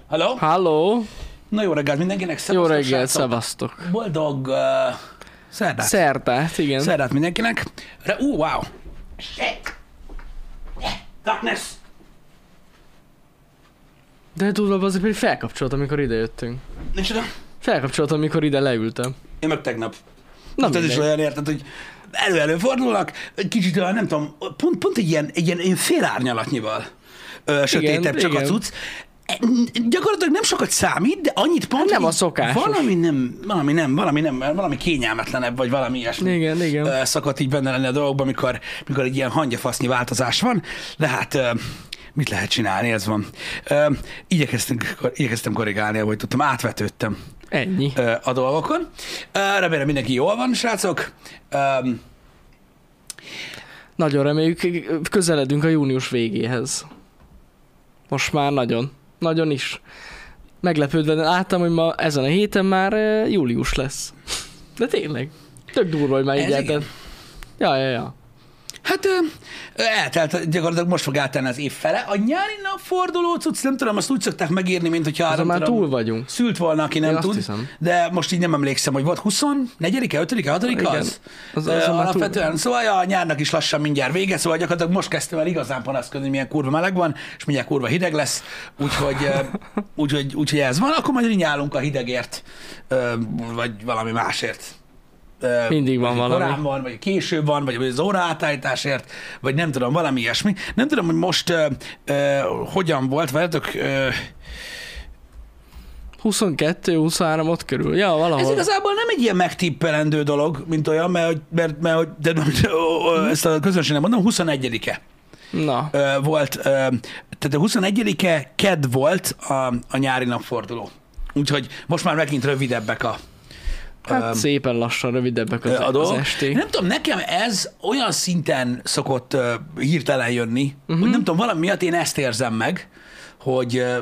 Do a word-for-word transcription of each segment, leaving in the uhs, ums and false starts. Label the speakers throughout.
Speaker 1: Halló?
Speaker 2: Halló?
Speaker 1: Na jó reggelt mindenkinek,
Speaker 2: Jó
Speaker 1: szevasztok,
Speaker 2: reggelt,
Speaker 1: srácok.
Speaker 2: szevasztok.
Speaker 1: Boldog uh, szerdát.
Speaker 2: Szerdát, igen.
Speaker 1: Szerdát mindenkinek. Re, ú, uh, wow. Shit. Yeah. Darkness.
Speaker 2: De tudod, azért pedig felkapcsolt, amikor ide jöttünk.
Speaker 1: Micsoda?
Speaker 2: Felkapcsolt, amikor ide leültem.
Speaker 1: Én meg tegnap.
Speaker 2: Na
Speaker 1: Hát ez is
Speaker 2: mindegy.
Speaker 1: olyan, érted, hogy elő-elő fordulnak, kicsit olyan, nem tudom, pont, pont egy ilyen, egy ilyen, ilyen fél árnyalatnyival ö, sötétebb csak
Speaker 2: igen.
Speaker 1: a cucc. E, Gyakorlatilag nem sokat számít, de annyit pont,
Speaker 2: Nem
Speaker 1: hogy
Speaker 2: a szokásos.
Speaker 1: Valami nem, valami nem, valami nem, valami kényelmetlenebb, vagy valami ilyesmi.
Speaker 2: Igen, igen.
Speaker 1: Ö, szokott így benne lenni a dolgokban, amikor, amikor egy ilyen hangyafasznyi változás van, de hát ö, mit lehet csinálni, ez van. Ö, igyekeztünk, igyekeztem korrigálni, ahogy tudtam, átvetődtem
Speaker 2: Ennyi.
Speaker 1: ö, a dolgokon. Ö, Remélem mindenki jól van, srácok. Ö,
Speaker 2: Nagyon reméljük, közeledünk a június végéhez. Most már nagyon. Nagyon is. Meglepődve láttam, hogy ma ezen a héten már eh, július lesz. De tényleg. Tök durva, hogy már így
Speaker 1: Ez
Speaker 2: eltelt.
Speaker 1: igen.
Speaker 2: Ja, ja, ja.
Speaker 1: Hát ö, eltelt, gyakorlatilag most fog áttenni az év fele. A nyári napforduló cucc, nem tudom, azt úgy szokták megírni, mint hogyha
Speaker 2: Azon
Speaker 1: nem
Speaker 2: már
Speaker 1: tudom,
Speaker 2: túl vagyunk.
Speaker 1: szült volna, aki nem
Speaker 2: Én azt
Speaker 1: tud.
Speaker 2: hiszem.
Speaker 1: De most így nem emlékszem, hogy volt huszonnegyedike, ötödike, hatodika
Speaker 2: Igen.
Speaker 1: az?
Speaker 2: Az-
Speaker 1: Ö,
Speaker 2: azon már
Speaker 1: Alapvetően. Szóval ja, a nyárnak is lassan mindjárt vége, szóval gyakorlatilag most kezdtem el igazán panaszkodni, hogy milyen kurva meleg van, és mindjárt kurva hideg lesz, úgyhogy, ö, úgyhogy, úgyhogy ez van. Akkor majd rinyálunk a hidegért, ö, vagy valami másért. Ö,
Speaker 2: Mindig van
Speaker 1: vagy
Speaker 2: valami.
Speaker 1: Korán van, vagy később van, vagy az óraátállításért, vagy nem tudom, valami ilyesmi. Nem tudom, hogy most ö, ö, hogyan volt, veletek, ö,
Speaker 2: huszonkettő huszonhárom ott körül. Ja, valahol.
Speaker 1: ez igazából nem egy ilyen megtippelendő dolog, mint olyan, mert, hogy- mert, mert hogy- de, de, ezt a közönségnek mondom, huszonegyedike
Speaker 2: Na,
Speaker 1: ö, volt, ö, tehát a huszonegyedike kedd volt a, a nyári napforduló. Úgyhogy most már megint rövidebbek a,
Speaker 2: hát
Speaker 1: Öm,
Speaker 2: szépen lassan, rövidebbek az,
Speaker 1: a
Speaker 2: az
Speaker 1: dolgok.
Speaker 2: esték.
Speaker 1: Nem tudom, nekem ez olyan szinten szokott uh, hirtelen jönni,
Speaker 2: Mhm.
Speaker 1: uh-huh. hogy nem tudom, valami miatt én ezt érzem meg, hogy, uh,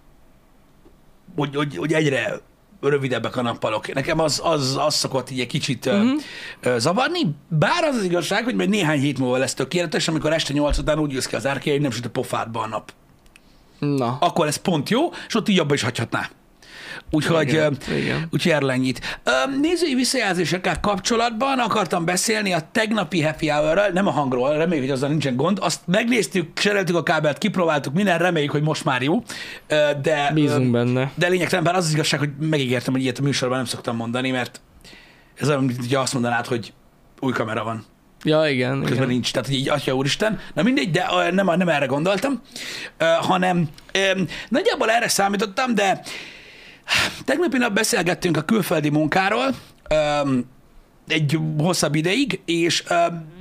Speaker 1: hogy, hogy, hogy egyre rövidebbek a nappalok. Nekem az, az, az szokott így egy kicsit uh,
Speaker 2: Mhm.
Speaker 1: uh, zavarni, bár az az igazság, hogy majd néhány hét múlva lesz tökéletes, amikor este nyolc után úgy jössz ki az árkény, hogy nem süt a pofádba a nap.
Speaker 2: Na,
Speaker 1: Akkor ez pont jó, és ott így abba is hagyhatná. Úgyhogy,
Speaker 2: Igen,
Speaker 1: ö,
Speaker 2: igen.
Speaker 1: úgyhogy erről ennyit. Ö, Nézői visszajelzésekkel kapcsolatban akartam beszélni a tegnapi happy hour-ről, nem a hangról, reméljük, hogy azzal nincsen gond. Azt megnéztük, sereltük a kábelt, kipróbáltuk minden, reméljük, hogy most már jó. Ö, De,
Speaker 2: bízunk
Speaker 1: ö,
Speaker 2: benne.
Speaker 1: de lényegtelen, bár az az igazság, hogy megígértem, hogy ilyet a műsorban nem szoktam mondani, mert ez olyan, mint hogyha azt mondanád, hogy új kamera van.
Speaker 2: Ja, igen.
Speaker 1: Közben
Speaker 2: igen.
Speaker 1: nincs, tehát hogy így, atya úristen. Na mindegy, de ö, nem, nem erre gondoltam, ö, hanem ö, nagyjából erre számítottam, de tegnapi nap beszélgettünk a külföldi munkáról ö, egy hosszabb ideig, és ö,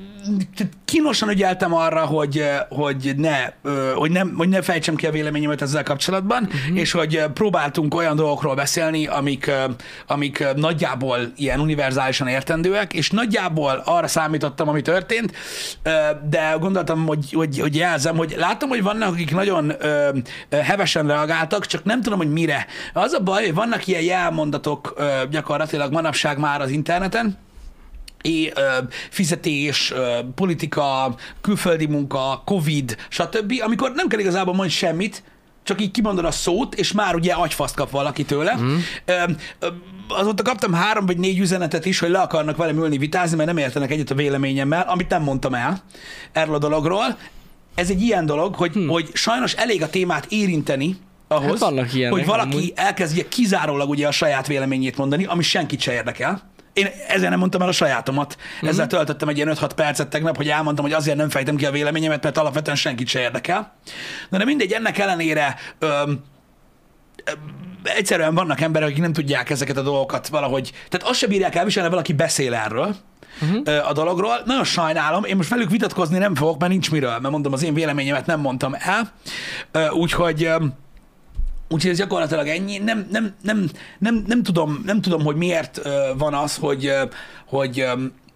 Speaker 1: kínosan ügyeltem arra, hogy, ö, hogy, ne, ö, hogy, nem, hogy ne fejtsem ki a véleményemet ezzel kapcsolatban, uh-huh. és hogy ö, próbáltunk olyan dolgokról beszélni, amik, ö, amik ö, nagyjából ilyen univerzálisan értendőek, és nagyjából arra számítottam, ami történt, ö, de gondoltam, hogy, hogy, hogy jelzem, hogy látom, hogy vannak, akik nagyon ö, ö, hevesen reagáltak, csak nem tudom, hogy mire. Az a baj, hogy vannak ilyen jelmondatok ö, gyakorlatilag manapság már az interneten, É, ö, fizetés, ö, politika, külföldi munka, Covid, stb., amikor nem kell igazából mondani semmit, csak így kimondod a szót, és már ugye agyfaszt kap valaki tőle. Mm. Ö, ö, azóta kaptam három vagy négy üzenetet is, hogy le akarnak velem ülni vitázni, mert nem értenek egyet a véleményemmel, amit nem mondtam el erről a dologról. Ez egy ilyen dolog, hogy, hmm. hogy sajnos elég a témát érinteni ahhoz,
Speaker 2: Hát vannak ilyenek,
Speaker 1: hogy valaki
Speaker 2: amúgy.
Speaker 1: elkezdje kizárólag ugye a saját véleményét mondani, ami senkit se érdekel. Én ezzel nem mondtam el a sajátomat. Mm-hmm. Ezzel töltöttem egy ilyen öt-hat percet tegnap, hogy elmondtam, hogy azért nem fejtem ki a véleményemet, mert alapvetően senkit se érdekel. De, de mindegy, ennek ellenére öm, öm, egyszerűen vannak emberek, akik nem tudják ezeket a dolgokat valahogy, tehát azt sem bírják elviselni, valaki beszél erről, uh-huh. a dologról. Nagyon sajnálom, én most velük vitatkozni nem fogok, mert nincs miről, mert mondom, az én véleményemet nem mondtam el. Úgyhogy Úgyhogy ez gyakorlatilag ennyi. Nem, nem, nem, nem, nem, tudom, nem tudom, hogy miért van az, hogy, hogy,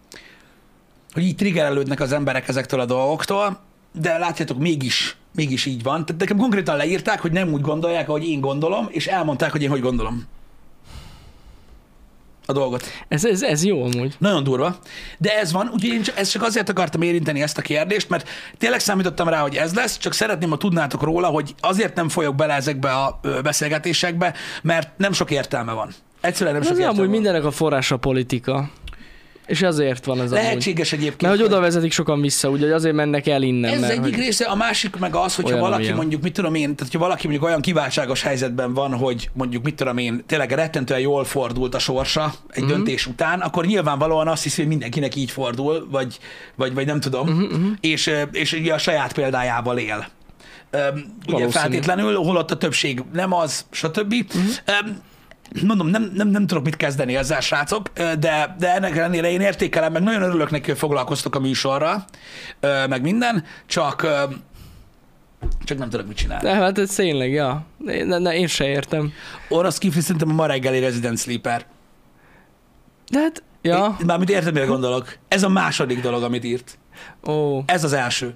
Speaker 1: hogy így triggerelődnek az emberek ezektől a dolgoktól, de látjátok, mégis, mégis így van. Tehát nekem konkrétan leírták, hogy nem úgy gondolják, ahogy én gondolom, és elmondták, hogy én hogy gondolom. a dolgot.
Speaker 2: Ez, ez, ez jó amúgy.
Speaker 1: Nagyon durva. De ez van, úgyhogy én csak, ezt csak azért akartam érinteni ezt a kérdést, mert tényleg számítottam rá, hogy ez lesz, csak szeretném, ha tudnátok róla, hogy azért nem folyok bele ezekbe a ö, beszélgetésekbe, mert nem sok értelme van. Egyszerűen nem sok
Speaker 2: Ez
Speaker 1: értelme
Speaker 2: amúgy
Speaker 1: van.
Speaker 2: mindenek a forrása a politika. És azért van ez amúgy.
Speaker 1: Lehetséges egyébként.
Speaker 2: Mert hogy oda vezetik sokan vissza, úgyhogy azért mennek el innen.
Speaker 1: Ez
Speaker 2: mert,
Speaker 1: egyik
Speaker 2: hogy...
Speaker 1: része, a másik meg az, hogyha
Speaker 2: Olyan,
Speaker 1: valaki
Speaker 2: amilyen.
Speaker 1: mondjuk, mit tudom én, tehát hogyha valaki mondjuk olyan kiváltságos helyzetben van, hogy mondjuk, mit tudom én, tényleg rettentően jól fordult a sorsa egy
Speaker 2: Mhm.
Speaker 1: döntés után, akkor nyilvánvalóan azt hiszi, hogy mindenkinek így fordul, vagy, vagy, vagy nem tudom,
Speaker 2: Mhm, mhm.
Speaker 1: és, ö, és ugye a saját példájával él. Öm, Ugye
Speaker 2: Valószínű.
Speaker 1: feltétlenül, holott a többség nem az, stb. Öm, Mondom, nem, nem, nem tudok mit kezdeni ezzel, srácok, de, de ennek ellenére én értékelem, meg nagyon örülök neki, hogy foglalkoztok a műsorral, meg minden, csak, csak nem tudok mit csinálni.
Speaker 2: De hát ez tényleg, ja. Ne, ne, én se értem.
Speaker 1: Orosz Kifli szerintem a ma reggeli Resident Sleeper.
Speaker 2: De hát, ja.
Speaker 1: Mármint érted, mire gondolok? Ez a második dolog, amit írt.
Speaker 2: Ó,
Speaker 1: Ez az első.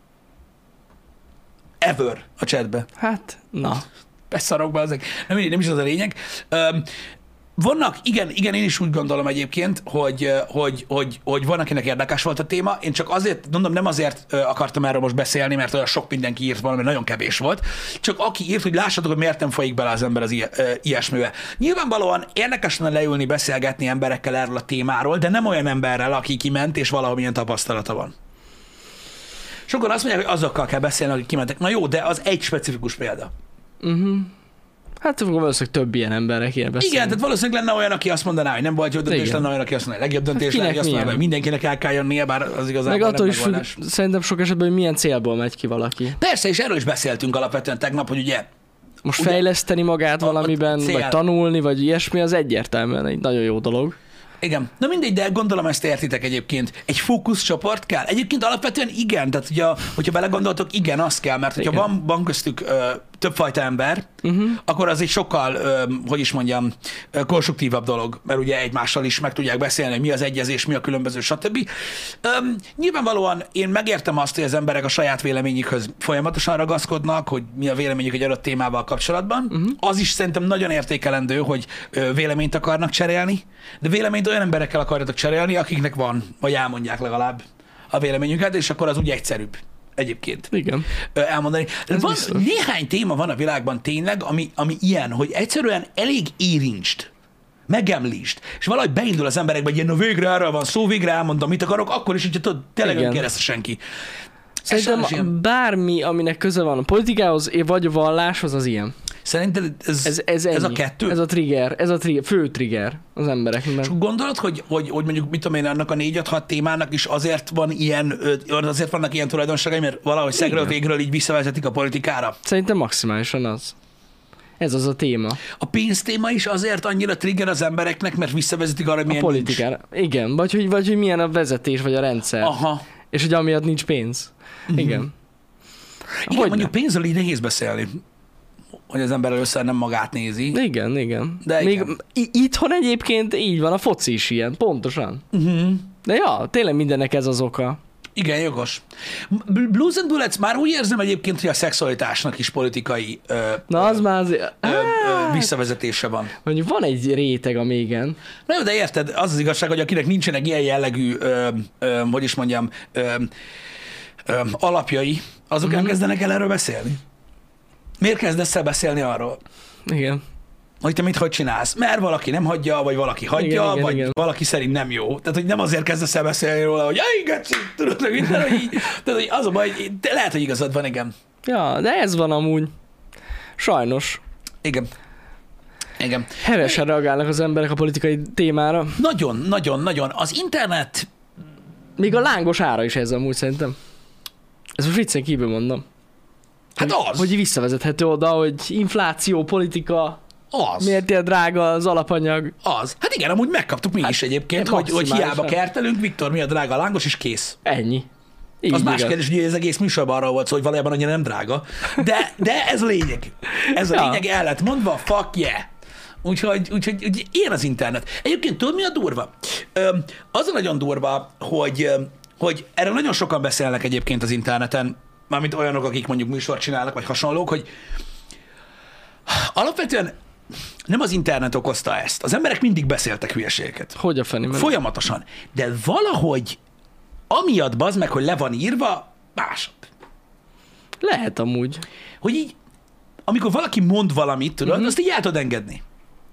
Speaker 1: Ever a chatbe.
Speaker 2: hát, na.
Speaker 1: Beszarok be azok. Nem, nem is az a lényeg. Öm, vannak, igen, igen, én is úgy gondolom egyébként, hogy, hogy, hogy, hogy van, akinek érdekes volt a téma. Én csak azért, mondom, nem azért akartam erről most beszélni, mert olyan sok mindenki írt valami, nagyon kevés volt. Csak aki írt, hogy lássatok, hogy miért nem folyik bele az ember az ilyesmibe. Nyilvánvalóan érdekes lenne leülni, beszélgetni emberekkel erről a témáról, de nem olyan emberrel, aki kiment, és valamilyen tapasztalata van. Sokan azt mondják, hogy azokkal kell beszélni, akik kimentek. Na jó, de az egy specifikus példa.
Speaker 2: Uh-huh. Hát valószínűleg több ilyen emberre kéne beszélni.
Speaker 1: Igen, tehát valószínűleg lenne olyan, aki azt mondaná, hogy nem volt jó döntés,
Speaker 2: Igen.
Speaker 1: lenne olyan, aki azt mondaná, hogy legjobb döntés,
Speaker 2: kinek
Speaker 1: lenne, aki azt mondaná,
Speaker 2: milyen?
Speaker 1: hogy mindenkinek el kell jönnie, bár az igazából
Speaker 2: Meg attól
Speaker 1: nem
Speaker 2: is függ,
Speaker 1: megoldás.
Speaker 2: szerintem sok esetben, hogy milyen célból megy ki valaki.
Speaker 1: Persze, és erről is beszéltünk alapvetően tegnap, hogy ugye,
Speaker 2: Most
Speaker 1: Ugye,
Speaker 2: fejleszteni magát
Speaker 1: a- a
Speaker 2: valamiben,
Speaker 1: cél-
Speaker 2: vagy tanulni, vagy ilyesmi, az egyértelműen egy nagyon jó dolog.
Speaker 1: igen, na mindegy, de gondolom ezt értitek egyébként. Egy fókuszcsoport kell. Egyébként alapvetően igen, tehát ugye, hogyha belegondoltok, igen, az kell, mert hogyha
Speaker 2: Igen.
Speaker 1: van, van köztük ö, többfajta ember,
Speaker 2: Uh-huh.
Speaker 1: akkor az egy sokkal, ö, hogy is mondjam, ö, konstruktívabb dolog, mert ugye egymással is meg tudják beszélni, hogy mi az egyezés, mi a különböző, stb. Öm, nyilvánvalóan én megértem azt, hogy az emberek a saját véleményükhöz folyamatosan ragaszkodnak, hogy mi a véleményük egy adott témával kapcsolatban. Uh-huh. Az is szerintem nagyon értékelendő, hogy ö, véleményt akarnak cserélni, de véleményt olyan emberekkel akarjatok cserélni, akiknek van, vagy elmondják legalább a véleményüket, és akkor az úgy egyszerűbb egyébként
Speaker 2: Igen.
Speaker 1: ö, elmondani. De
Speaker 2: Ez
Speaker 1: van,
Speaker 2: biztos.
Speaker 1: néhány téma van a világban tényleg, ami, ami ilyen, hogy egyszerűen elég érintsd, megemlítsd, és valahogy beindul az emberekbe, hogy ilyen, na végre erről van szó, végre elmondom, mit akarok, akkor is, hogyha tudod, tényleg nem
Speaker 2: Igen.
Speaker 1: kérdezte senki. Ez
Speaker 2: Szerintem
Speaker 1: sajnos ilyen.
Speaker 2: bármi, aminek köze van a politikához, vagy a valláshoz, az ilyen.
Speaker 1: Szerinted ez,
Speaker 2: Ez, ez,
Speaker 1: ez a
Speaker 2: ennyi.
Speaker 1: kettő?
Speaker 2: Ez a trigger, ez a trigger, fő trigger az embereknek.
Speaker 1: És gondolod, hogy, hogy, hogy mondjuk, mit tudom én, annak a négy-öt-hat témának is azért van ilyen, ö, azért vannak ilyen tulajdonságai, mert valahogy szegről
Speaker 2: Igen.
Speaker 1: végről így visszavezetik a politikára.
Speaker 2: Szerintem maximálisan az. Ez az a téma.
Speaker 1: A pénztéma is azért annyira trigger az embereknek, mert visszavezetik arra, hogy
Speaker 2: A
Speaker 1: milyen
Speaker 2: politikára. Igen, vagy hogy, vagy hogy milyen a vezetés, vagy a rendszer.
Speaker 1: nincs. Aha.
Speaker 2: És hogy amiatt nincs pénz.
Speaker 1: Mhm.
Speaker 2: Igen.
Speaker 1: Igen,
Speaker 2: Hogyne.
Speaker 1: mondjuk pénzről így nehéz beszélni, hogy az ember először nem magát nézi.
Speaker 2: Igen, igen.
Speaker 1: De
Speaker 2: Még
Speaker 1: igen.
Speaker 2: i- itthon egyébként így van, a foci is ilyen, pontosan.
Speaker 1: Uh-huh.
Speaker 2: De ja, tényleg mindennek ez az oka.
Speaker 1: Igen, jogos. B- Blues and Bullets már úgy érzem egyébként, hogy a szexualitásnak is politikai ö,
Speaker 2: Na az már azért...
Speaker 1: ö, ö,
Speaker 2: Á,
Speaker 1: visszavezetése van.
Speaker 2: mondjuk van egy réteg, ami igen.
Speaker 1: Na jó, de érted, az az igazság, hogy akinek nincsenek ilyen jellegű, ö, ö, hogy is mondjam, ö, ö, alapjai, azok
Speaker 2: Mhm.
Speaker 1: nem kezdenek el erről beszélni. Miért kezdesz el beszélni arról,
Speaker 2: Igen.
Speaker 1: hogy te mit hogy csinálsz? Mert valaki nem hagyja, vagy valaki hagyja,
Speaker 2: Igen, igen,
Speaker 1: vagy
Speaker 2: igen.
Speaker 1: valaki szerint nem jó. Tehát, hogy nem azért kezdesz el beszélni róla, hogy jaj, geci, tudod, meg minden, hogy így, tehát, hogy az a baj, hogy de lehet, hogy igazad van, igen.
Speaker 2: Ja, de ez van amúgy. Sajnos.
Speaker 1: Igen. Igen.
Speaker 2: Hevesen reagálnak az emberek a politikai témára.
Speaker 1: Nagyon, nagyon, nagyon. Az internet,
Speaker 2: Még a lángos ára is ez amúgy szerintem. Ez most viccen kívül mondom.
Speaker 1: hát
Speaker 2: hogy,
Speaker 1: az,
Speaker 2: Hogy visszavezethető oda, hogy infláció, politika,
Speaker 1: az.
Speaker 2: miért ilyen drága az alapanyag.
Speaker 1: Az. Hát igen, amúgy megkaptuk mi
Speaker 2: Hát,
Speaker 1: is egyébként,
Speaker 2: hát
Speaker 1: hogy, hogy hiába
Speaker 2: maximálisan.
Speaker 1: kertelünk, Viktor, mi a drága a lángos, és kész.
Speaker 2: Ennyi. Így
Speaker 1: Az más
Speaker 2: igaz.
Speaker 1: kérdés, hogy az egész műsorban arról volt szó, hogy valójában annyira nem drága. De, de ez a lényeg. Ez a
Speaker 2: Ja.
Speaker 1: lényeg, el lett mondva, fuck yeah. Úgyhogy, úgyhogy, úgyhogy ilyen az internet. Egyébként tudod, mi a durva? Öm, az a nagyon durva, hogy, öm, hogy erről nagyon sokan beszélnek egyébként az interneten, mármint olyanok, akik mondjuk műsort csinálnak, vagy hasonlók, hogy alapvetően nem az internet okozta ezt. Az emberek mindig beszéltek hülyeségeket.
Speaker 2: Hogy a fenében?
Speaker 1: Folyamatosan. De valahogy amiatt bazd meg, hogy le van írva, másabb.
Speaker 2: Lehet amúgy.
Speaker 1: Hogy így, amikor valaki mond valamit, tudod, uh-huh. azt így el tudod engedni.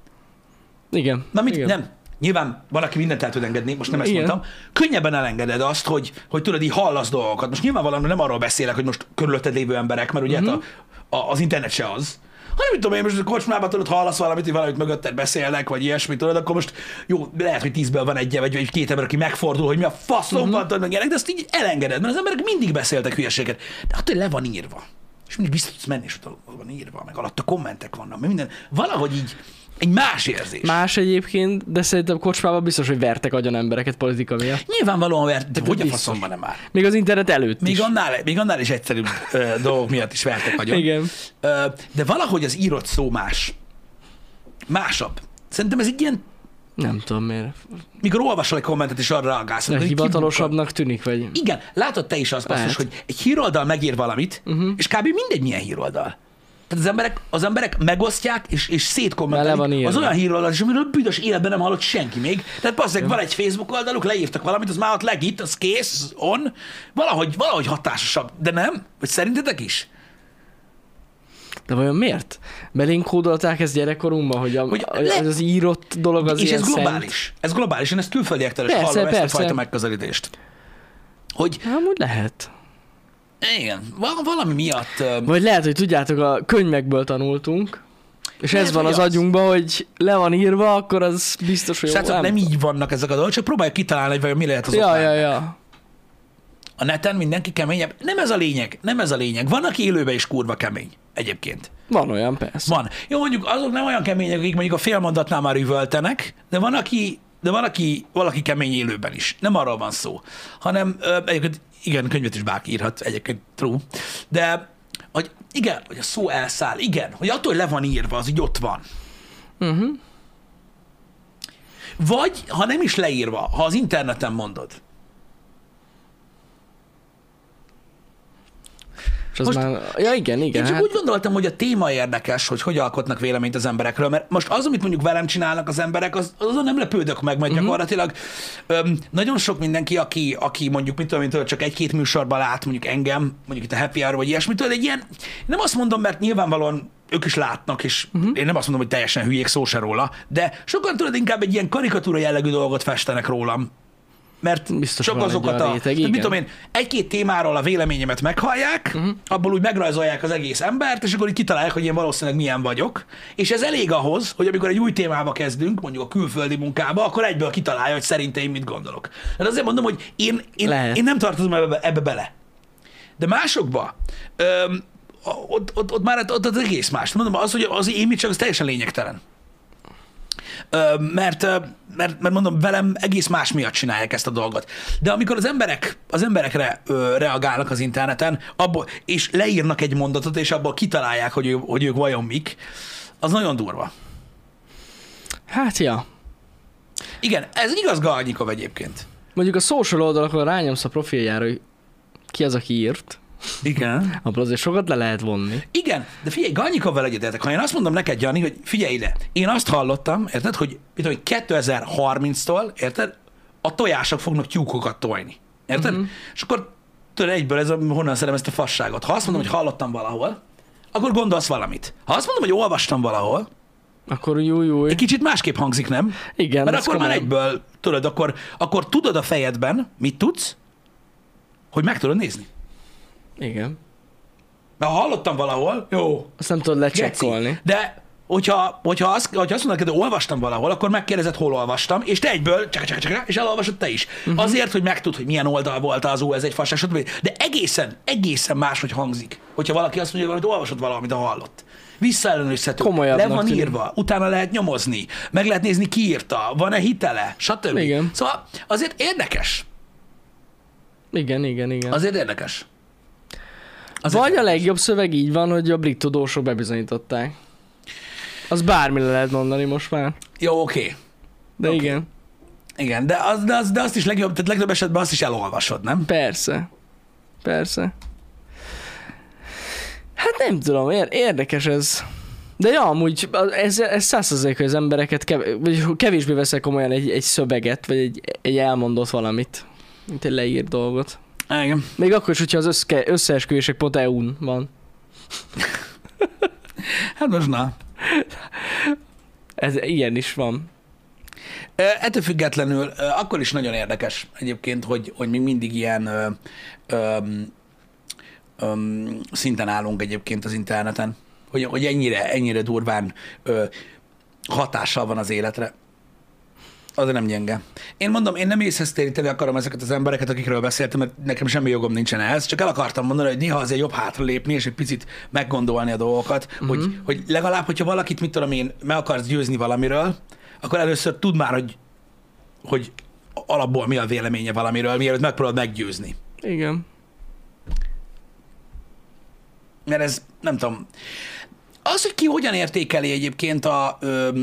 Speaker 2: Igen.
Speaker 1: Na mit,
Speaker 2: Igen.
Speaker 1: nem. Nyilván valaki mindent el tud engedni, most nem ezt
Speaker 2: Igen.
Speaker 1: mondtam. Könnyebben elengeded azt, hogy, hogy tudod, így hallasz dolgokat. Most nyilvánvalóan nem arról beszélek, hogy most körülötted lévő emberek, mert ugye uh-huh. hát a, a, az internet se az. Hanem, mit tudom én, most a kocsmában tudod, hallasz valamit, hogy valamit mögötted beszélnek, vagy ilyesmit, tudod, akkor most jó, lehet, hogy tízből van egy, vagy, vagy két ember, aki megfordul, hogy mi a faszom uh-huh. van, tudod, meg ilyenek, de azt így elengeded, mert az emberek mindig beszéltek hülyeséget. De attól, hogy le van írva. És mindig vissza tudsz menni, és ott van írva, meg alatt a kommentek vannak, meg minden. Valahogy így egy más érzés.
Speaker 2: Más egyébként, de szerintem kocsmában biztos, hogy vertek agyon embereket politika miatt.
Speaker 1: Nyilvánvalóan vert, de hogy a
Speaker 2: biztos.
Speaker 1: faszomban nem már.
Speaker 2: Még az internet előtt
Speaker 1: Még
Speaker 2: is.
Speaker 1: annál, még annál is egyszerűbb ö, dolgok miatt is vertek agyon.
Speaker 2: Igen.
Speaker 1: Ö, de valahogy az írott szó más. Másabb. Szerintem ez egy ilyen,
Speaker 2: Nem tudom miért.
Speaker 1: mikor olvasol egy kommentet és arra reagálsz.
Speaker 2: De
Speaker 1: hogy
Speaker 2: hivatalosabbnak tűnik, vagy...
Speaker 1: kibukkal. Igen, látod te is azt, basszus,
Speaker 2: Lehet.
Speaker 1: hogy egy híroldal megír valamit, uh-huh. és kb. Mindegy milyen híroldal. Tehát az emberek, az emberek megosztják és, és
Speaker 2: Már le
Speaker 1: szétkommentelik
Speaker 2: van írva.
Speaker 1: az olyan híroldal, és amiről büdös életben nem hallott senki még. Tehát basszeg, van egy Facebook oldaluk, leírtak valamit, az már ott legit, az kész, az on. Valahogy, valahogy hatásosabb, de nem? Vagy szerintetek is?
Speaker 2: De vajon miért? Belénk kódolták ezt gyerekkorunkban, hogy, a,
Speaker 1: Hogy
Speaker 2: hogy
Speaker 1: le-
Speaker 2: az írott dolog az
Speaker 1: És
Speaker 2: ilyen
Speaker 1: ez globális.
Speaker 2: szent.
Speaker 1: Ez globális. Én ezt külföldiektől is
Speaker 2: Persze,
Speaker 1: hallom, ezt a
Speaker 2: persze.
Speaker 1: fajta megközelítést. Hogy
Speaker 2: Hát, amúgy lehet.
Speaker 1: igen, val- valami miatt... ö,
Speaker 2: Vagy lehet, hogy tudjátok, a könyvekből tanultunk, és
Speaker 1: Lehet,
Speaker 2: ez van
Speaker 1: hogy
Speaker 2: az
Speaker 1: az.
Speaker 2: agyunkban, hogy le van írva, akkor az biztos, hogy jó.
Speaker 1: Srácok, nem így vannak ezek a dolgok, csak próbáljuk kitalálni, hogy vajon mi lehet az
Speaker 2: Ja,
Speaker 1: okán.
Speaker 2: ja, ja.
Speaker 1: A neten mindenki keményebb. Nem ez a lényeg, nem ez a lényeg. Van, aki élőben is kurva kemény egyébként.
Speaker 2: Van olyan, persze.
Speaker 1: Van. Jó, mondjuk azok nem olyan kemények, akik mondjuk a félmondatnál már üvöltenek, de van, aki, de van, aki, valaki kemény élőben is. Nem arról van szó, hanem ö, egyébként igen, könyvet is bárki írhat, egyébként true, de hogy igen, hogy a szó elszáll, igen, hogy attól, hogy le van írva, az így ott van.
Speaker 2: Uh-huh.
Speaker 1: Vagy, ha nem is leírva, ha az interneten mondod.
Speaker 2: És az
Speaker 1: Most-
Speaker 2: már... Ja, igen, igen.
Speaker 1: Én csak
Speaker 2: Hát...
Speaker 1: úgy gondoltam, hogy a téma érdekes, hogy hogy alkotnak véleményt az emberekről, mert most az, amit mondjuk velem csinálnak az emberek, az, azon nem lepődök meg, mert uh-huh. gyakorlatilag öm, nagyon sok mindenki, aki, aki mondjuk, mit tudom, mint csak egy-két műsorban lát, mondjuk engem, mondjuk itt a Happy Hour, vagy ilyesmit, egy ilyen, nem azt mondom, mert nyilvánvalóan ők is látnak, és uh-huh. én nem azt mondom, hogy teljesen hülyék, szó se róla, de sokan tudod, inkább egy ilyen karikatúra jellegű dolgot festenek rólam. Mert
Speaker 2: Biztos
Speaker 1: csak
Speaker 2: van egy
Speaker 1: azokat
Speaker 2: olyan
Speaker 1: a...
Speaker 2: réteg,
Speaker 1: tehát mit
Speaker 2: igen.
Speaker 1: tudom én, egy-két témáról a véleményemet meghallják, uh-huh. abból úgy megrajzolják az egész embert, és akkor így kitalálják, hogy én valószínűleg milyen vagyok. És ez elég ahhoz, hogy amikor egy új témába kezdünk, mondjuk a külföldi munkába, akkor egyből kitalálja, hogy szerintem én mit gondolok. Tehát azért mondom, hogy én, én, én nem tartozom ebbe, ebbe bele. De másokba, öm, ott, ott, ott már ott az egész más. Mondom, az, hogy az én mit csak, az teljesen lényegtelen. Ö, mert, ö, mert, mert mondom, velem egész más miatt csinálják ezt a dolgot. De amikor az emberek az emberekre ö, reagálnak az interneten, abból, és leírnak egy mondatot, és abból kitalálják, hogy, ő, hogy ők vajon mik, az nagyon durva.
Speaker 2: Hát ja.
Speaker 1: Igen, ez igaz Galnyikov egyébként.
Speaker 2: Mondjuk a social oldalakon rányomsz a profiljára, hogy ki az, aki írt.
Speaker 1: Igen.
Speaker 2: Abból azért sokat le lehet vonni.
Speaker 1: Igen, de figyelj, Galnyikovval egyetértek. Ha én azt mondom neked, Jani, hogy figyelj ide, én azt hallottam, érted, hogy, mit tudom, kétezer-harminctól, érted, a tojások fognak tyúkokat tojni. Érted? Uh-huh. És akkor tudod egyből ez a, honnan szedem ezt a fasságot. Ha azt mondom, hogy hallottam valahol, akkor gondolsz valamit. Ha azt mondom, hogy olvastam valahol,
Speaker 2: Akkor jó, jó.
Speaker 1: egy kicsit másképp hangzik, nem?
Speaker 2: Igen.
Speaker 1: Mert
Speaker 2: ez
Speaker 1: akkor már
Speaker 2: komolyan.
Speaker 1: egyből, tudod, akkor, akkor tudod a fejedben, mit tudsz, hogy meg tudod nézni.
Speaker 2: Igen.
Speaker 1: Mert ha hallottam valahol, jó,
Speaker 2: Azt nem tudod
Speaker 1: geci.
Speaker 2: lecsekkolni.
Speaker 1: De hogyha, hogyha, azt, hogyha azt mondod, hogy olvastam valahol, akkor megkérdezed, hol olvastam, és te egyből, csak, csak, csak, és elolvasod te is. Uh-huh. Azért, hogy megtud, hogy milyen oldal volt az, ó, ez egy fasság, stb. De egészen, egészen máshogy hangzik, hogyha valaki azt mondja, hogy olvasod valamit, a hallott. Visszaellenőrizhető.
Speaker 2: Komolyabbnak
Speaker 1: Le van
Speaker 2: tűnik.
Speaker 1: írva, utána lehet nyomozni, meg lehet nézni, ki írta, van-e hitele, stb.
Speaker 2: Igen.
Speaker 1: Szóval azért érdekes.
Speaker 2: Igen, igen, igen.
Speaker 1: Azért érdekes. Azért
Speaker 2: Vagy a
Speaker 1: érdekes.
Speaker 2: legjobb szöveg így van, hogy a brit tudósok bebizonyították. Az bármi le lehet mondani most már.
Speaker 1: Jó, oké. Okay.
Speaker 2: De
Speaker 1: Oké.
Speaker 2: okay. igen.
Speaker 1: Igen, de, az, de, az, de azt is legjobb, tehát legjobb esetben azt is elolvasod, nem?
Speaker 2: Persze. Persze. Hát nem tudom, ér- érdekes ez. De ja, amúgy ez, ez száz százalék, hogy az embereket kev- vagy kevésbé veszek komolyan egy, egy szöveget, vagy egy, egy elmondott valamit, mint egy leírt dolgot.
Speaker 1: Igen.
Speaker 2: Még akkor is, hogyha az össze- összeesküvések pont é u-n van.
Speaker 1: Hát most na.
Speaker 2: Ez ilyen is van.
Speaker 1: Ö, Ettől függetlenül ö, akkor is nagyon érdekes egyébként, hogy, hogy még mindig ilyen ö, ö, ö, szinten állunk egyébként az interneten, hogy, hogy ennyire, ennyire durván ö, hatással van az életre. Az nem gyenge. Én mondom, én nem észhez téríteni akarom ezeket az embereket, akikről beszéltem, mert nekem semmi jogom nincsen ehhez, csak el akartam mondani, hogy néha azért jobb hátralépni, és egy picit meggondolni a dolgokat, uh-huh. hogy, hogy legalább, hogyha valakit, mit tudom én, meg akarsz győzni valamiről, akkor először tudd már, hogy, hogy alapból mi a véleménye valamiről, mielőtt megpróbálod meggyőzni.
Speaker 2: Igen.
Speaker 1: Mert ez, nem tudom, az, hogy ki hogyan értékeli egyébként a, ö,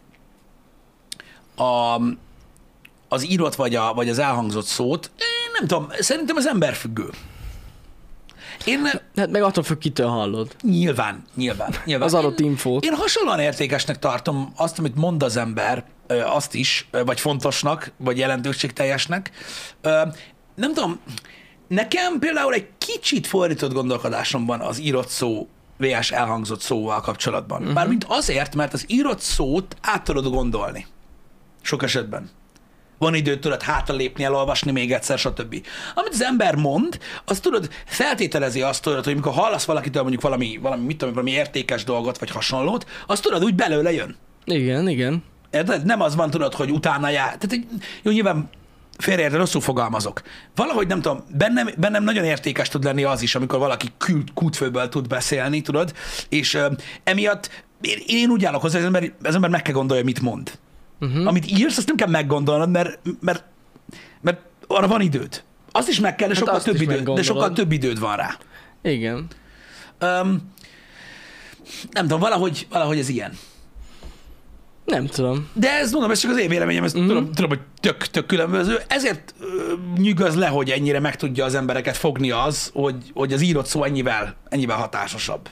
Speaker 1: a az írott vagy, a, vagy az elhangzott szót, én nem tudom, szerintem az emberfüggő. Én...
Speaker 2: Hát meg attól függ, kitől hallod.
Speaker 1: Nyilván, nyilván. nyilván.
Speaker 2: Az adott infót.
Speaker 1: Én, én hasonlóan értékesnek tartom azt, amit mond az ember, azt is, vagy fontosnak, vagy jelentőségteljesnek. Nem tudom, nekem például egy kicsit fordított gondolkodásom van az írott szó vé es elhangzott szóval kapcsolatban. Uh-huh. Mármint azért, mert az írott szót át tudod gondolni. Sok esetben. Van időt, tudod hátralépni, elolvasni még egyszer, stb. Amit az ember mond, azt tudod, feltételezi azt, tudod, hogy amikor hallasz valakitől mondjuk valami, valami, mit tudom, valami értékes dolgot, vagy hasonlót, azt tudod, úgy belőle jön.
Speaker 2: Igen, igen.
Speaker 1: Érted? Nem az van, tudod, hogy utána jár. Tehát, jó, nyilván félreérted, rosszul fogalmazok. Valahogy nem tudom, bennem, bennem nagyon értékes tud lenni az is, amikor valaki kült, kútfőből tud beszélni, tudod, és uh, emiatt én, én úgy állok hozzá, hogy az ember, az ember meg kell gondolja, mit mond. Uh-huh. Amit írsz, azt nem kell meggondolnod, mert, mert, mert arra van időd. Azt is meg kell, de,
Speaker 2: hát
Speaker 1: sokkal több, időd, de sokkal több időd van rá.
Speaker 2: Igen.
Speaker 1: Um, nem tudom, valahogy, valahogy ez ilyen.
Speaker 2: Nem tudom.
Speaker 1: De ez mondom, ez csak az én véleményem, ezt mm-hmm. tudom, tudom, hogy tök, tök különböző. Ezért uh, nyűgöz le, hogy ennyire meg tudja az embereket fogni az, hogy, hogy az írott szó ennyivel, ennyivel hatásosabb.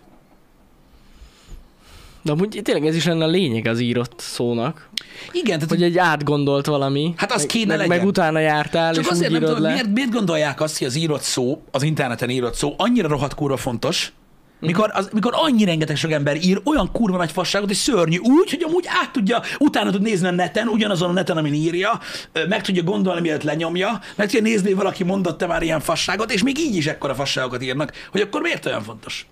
Speaker 2: De amúgy tényleg ez is lenne a lényeg az írott szónak.
Speaker 1: Igen. Tehát,
Speaker 2: hogy egy átgondolt valami.
Speaker 1: Hát az kéne
Speaker 2: meg,
Speaker 1: legyen.
Speaker 2: meg utána jártál,
Speaker 1: csak
Speaker 2: és
Speaker 1: azért
Speaker 2: úgy
Speaker 1: nem
Speaker 2: írod
Speaker 1: tudom,
Speaker 2: le.
Speaker 1: miért, miért gondolják azt, hogy az írott szó, az interneten írott szó annyira rohadt kurva fontos, mikor, az, mikor annyi rengeteg sok ember ír olyan kurva nagy fasságot, és szörnyű úgy, hogy amúgy át tudja, utána tud nézni a neten, ugyanazon a neten, amin írja, meg tudja gondolni, mielőtt lenyomja, meg tudja nézni, hogy valaki mondott-e már ilyen fasságot, és még így is ekkora fasságokat írnak, hogy akkor miért olyan fontos?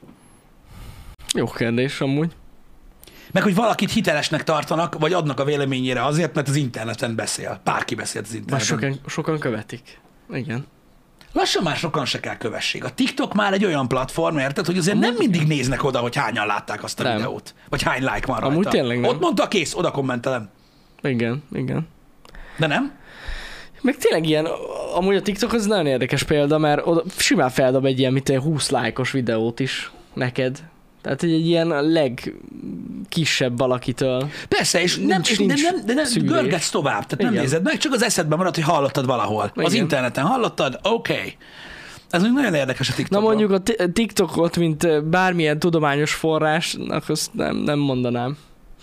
Speaker 2: Jó kérdés amúgy.
Speaker 1: Meg hogy valakit hitelesnek tartanak, vagy adnak a véleményére azért, mert az interneten beszél. Bárki beszél az interneten.
Speaker 2: Már sokan, sokan követik. Igen.
Speaker 1: Lassan már sokan se kell kövessék. A TikTok már egy olyan platform, érted, hogy azért nem mindig néznek oda, hogy hányan látták azt a nem. videót. Vagy hány like van rajta.
Speaker 2: Amúgy tényleg nem.
Speaker 1: Ott mondta, kész, oda kommentelem.
Speaker 2: Igen, igen.
Speaker 1: De nem?
Speaker 2: Meg tényleg ilyen, amúgy a TikTok az nagyon érdekes példa, mert oda simán feldob egy ilyen, mint egy húsz lájkos videót is neked. Tehát, hogy egy ilyen a legkisebb valakitől.
Speaker 1: Persze, és nem,
Speaker 2: nincs,
Speaker 1: és
Speaker 2: nincs
Speaker 1: nem, de nem görgetsz tovább. Tehát nem
Speaker 2: igen. nézed
Speaker 1: meg, csak az eszedben marad, hogy hallottad valahol. Igen. Az interneten hallottad, oké. Okay. Ez még nagyon érdekes a TikTokban.
Speaker 2: Na mondjuk a TikTokot, mint bármilyen tudományos forrásnak, azt nem, nem mondanám.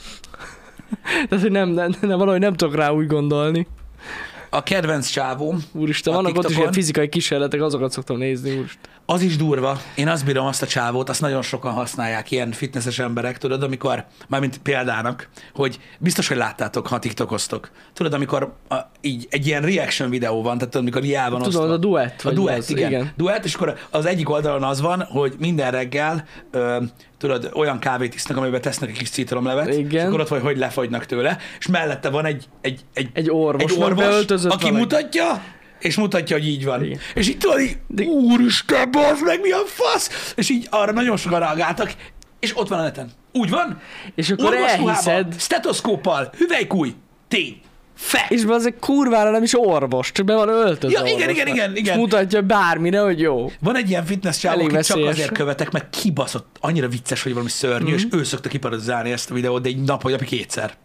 Speaker 2: Tehát, hogy nem, nem, nem, valahogy nem tudok rá úgy gondolni.
Speaker 1: A kedvenc csávóm.
Speaker 2: Úristen, vannak TikTokon. Ott is ilyen fizikai kísérletek, azokat szoktam nézni, úristen.
Speaker 1: Az is durva. Én azt bírom azt a csávót, azt nagyon sokan használják, ilyen fitnesses emberek, tudod, amikor, mármint példának, hogy biztos, hogy láttátok, ha tiktokoztok. Tudod, amikor a, így egy ilyen reaction videó van, tehát amikor jel van osztva.
Speaker 2: Tudod, a duett.
Speaker 1: A duett,
Speaker 2: az,
Speaker 1: igen.
Speaker 2: igen.
Speaker 1: Duett, és akkor az egyik oldalon az van, hogy minden reggel ö, tudod, olyan kávét isznak, amiben tesznek egy kis citromlevet, igen. És akkor ott vagy, hogy lefagynak tőle, és mellette van egy, egy, egy,
Speaker 2: egy orvos,
Speaker 1: egy orvos aki
Speaker 2: valaki.
Speaker 1: mutatja, és mutatja, hogy így van. Igen. És így tudod, így, úristen, bazd meg, mi a fasz? És így arra nagyon sokan reagáltak, és ott van a neten. Úgy van?
Speaker 2: És akkor elhiszed.
Speaker 1: Stetoszkóppal, hüvelykúj, tény, fact.
Speaker 2: És az egy kurvára nem is orvos, csak be van öltözve.
Speaker 1: Ja, igen, igen, igen, igen.
Speaker 2: És mutatja bármire, hogy jó.
Speaker 1: Van egy ilyen fitness csávó, akit csak azért követek, mert kibaszott, annyira vicces, hogy valami szörnyű, mm-hmm. és ő szokta kiparodizálni ezt a videót, de egy nap vagy napi kétszer.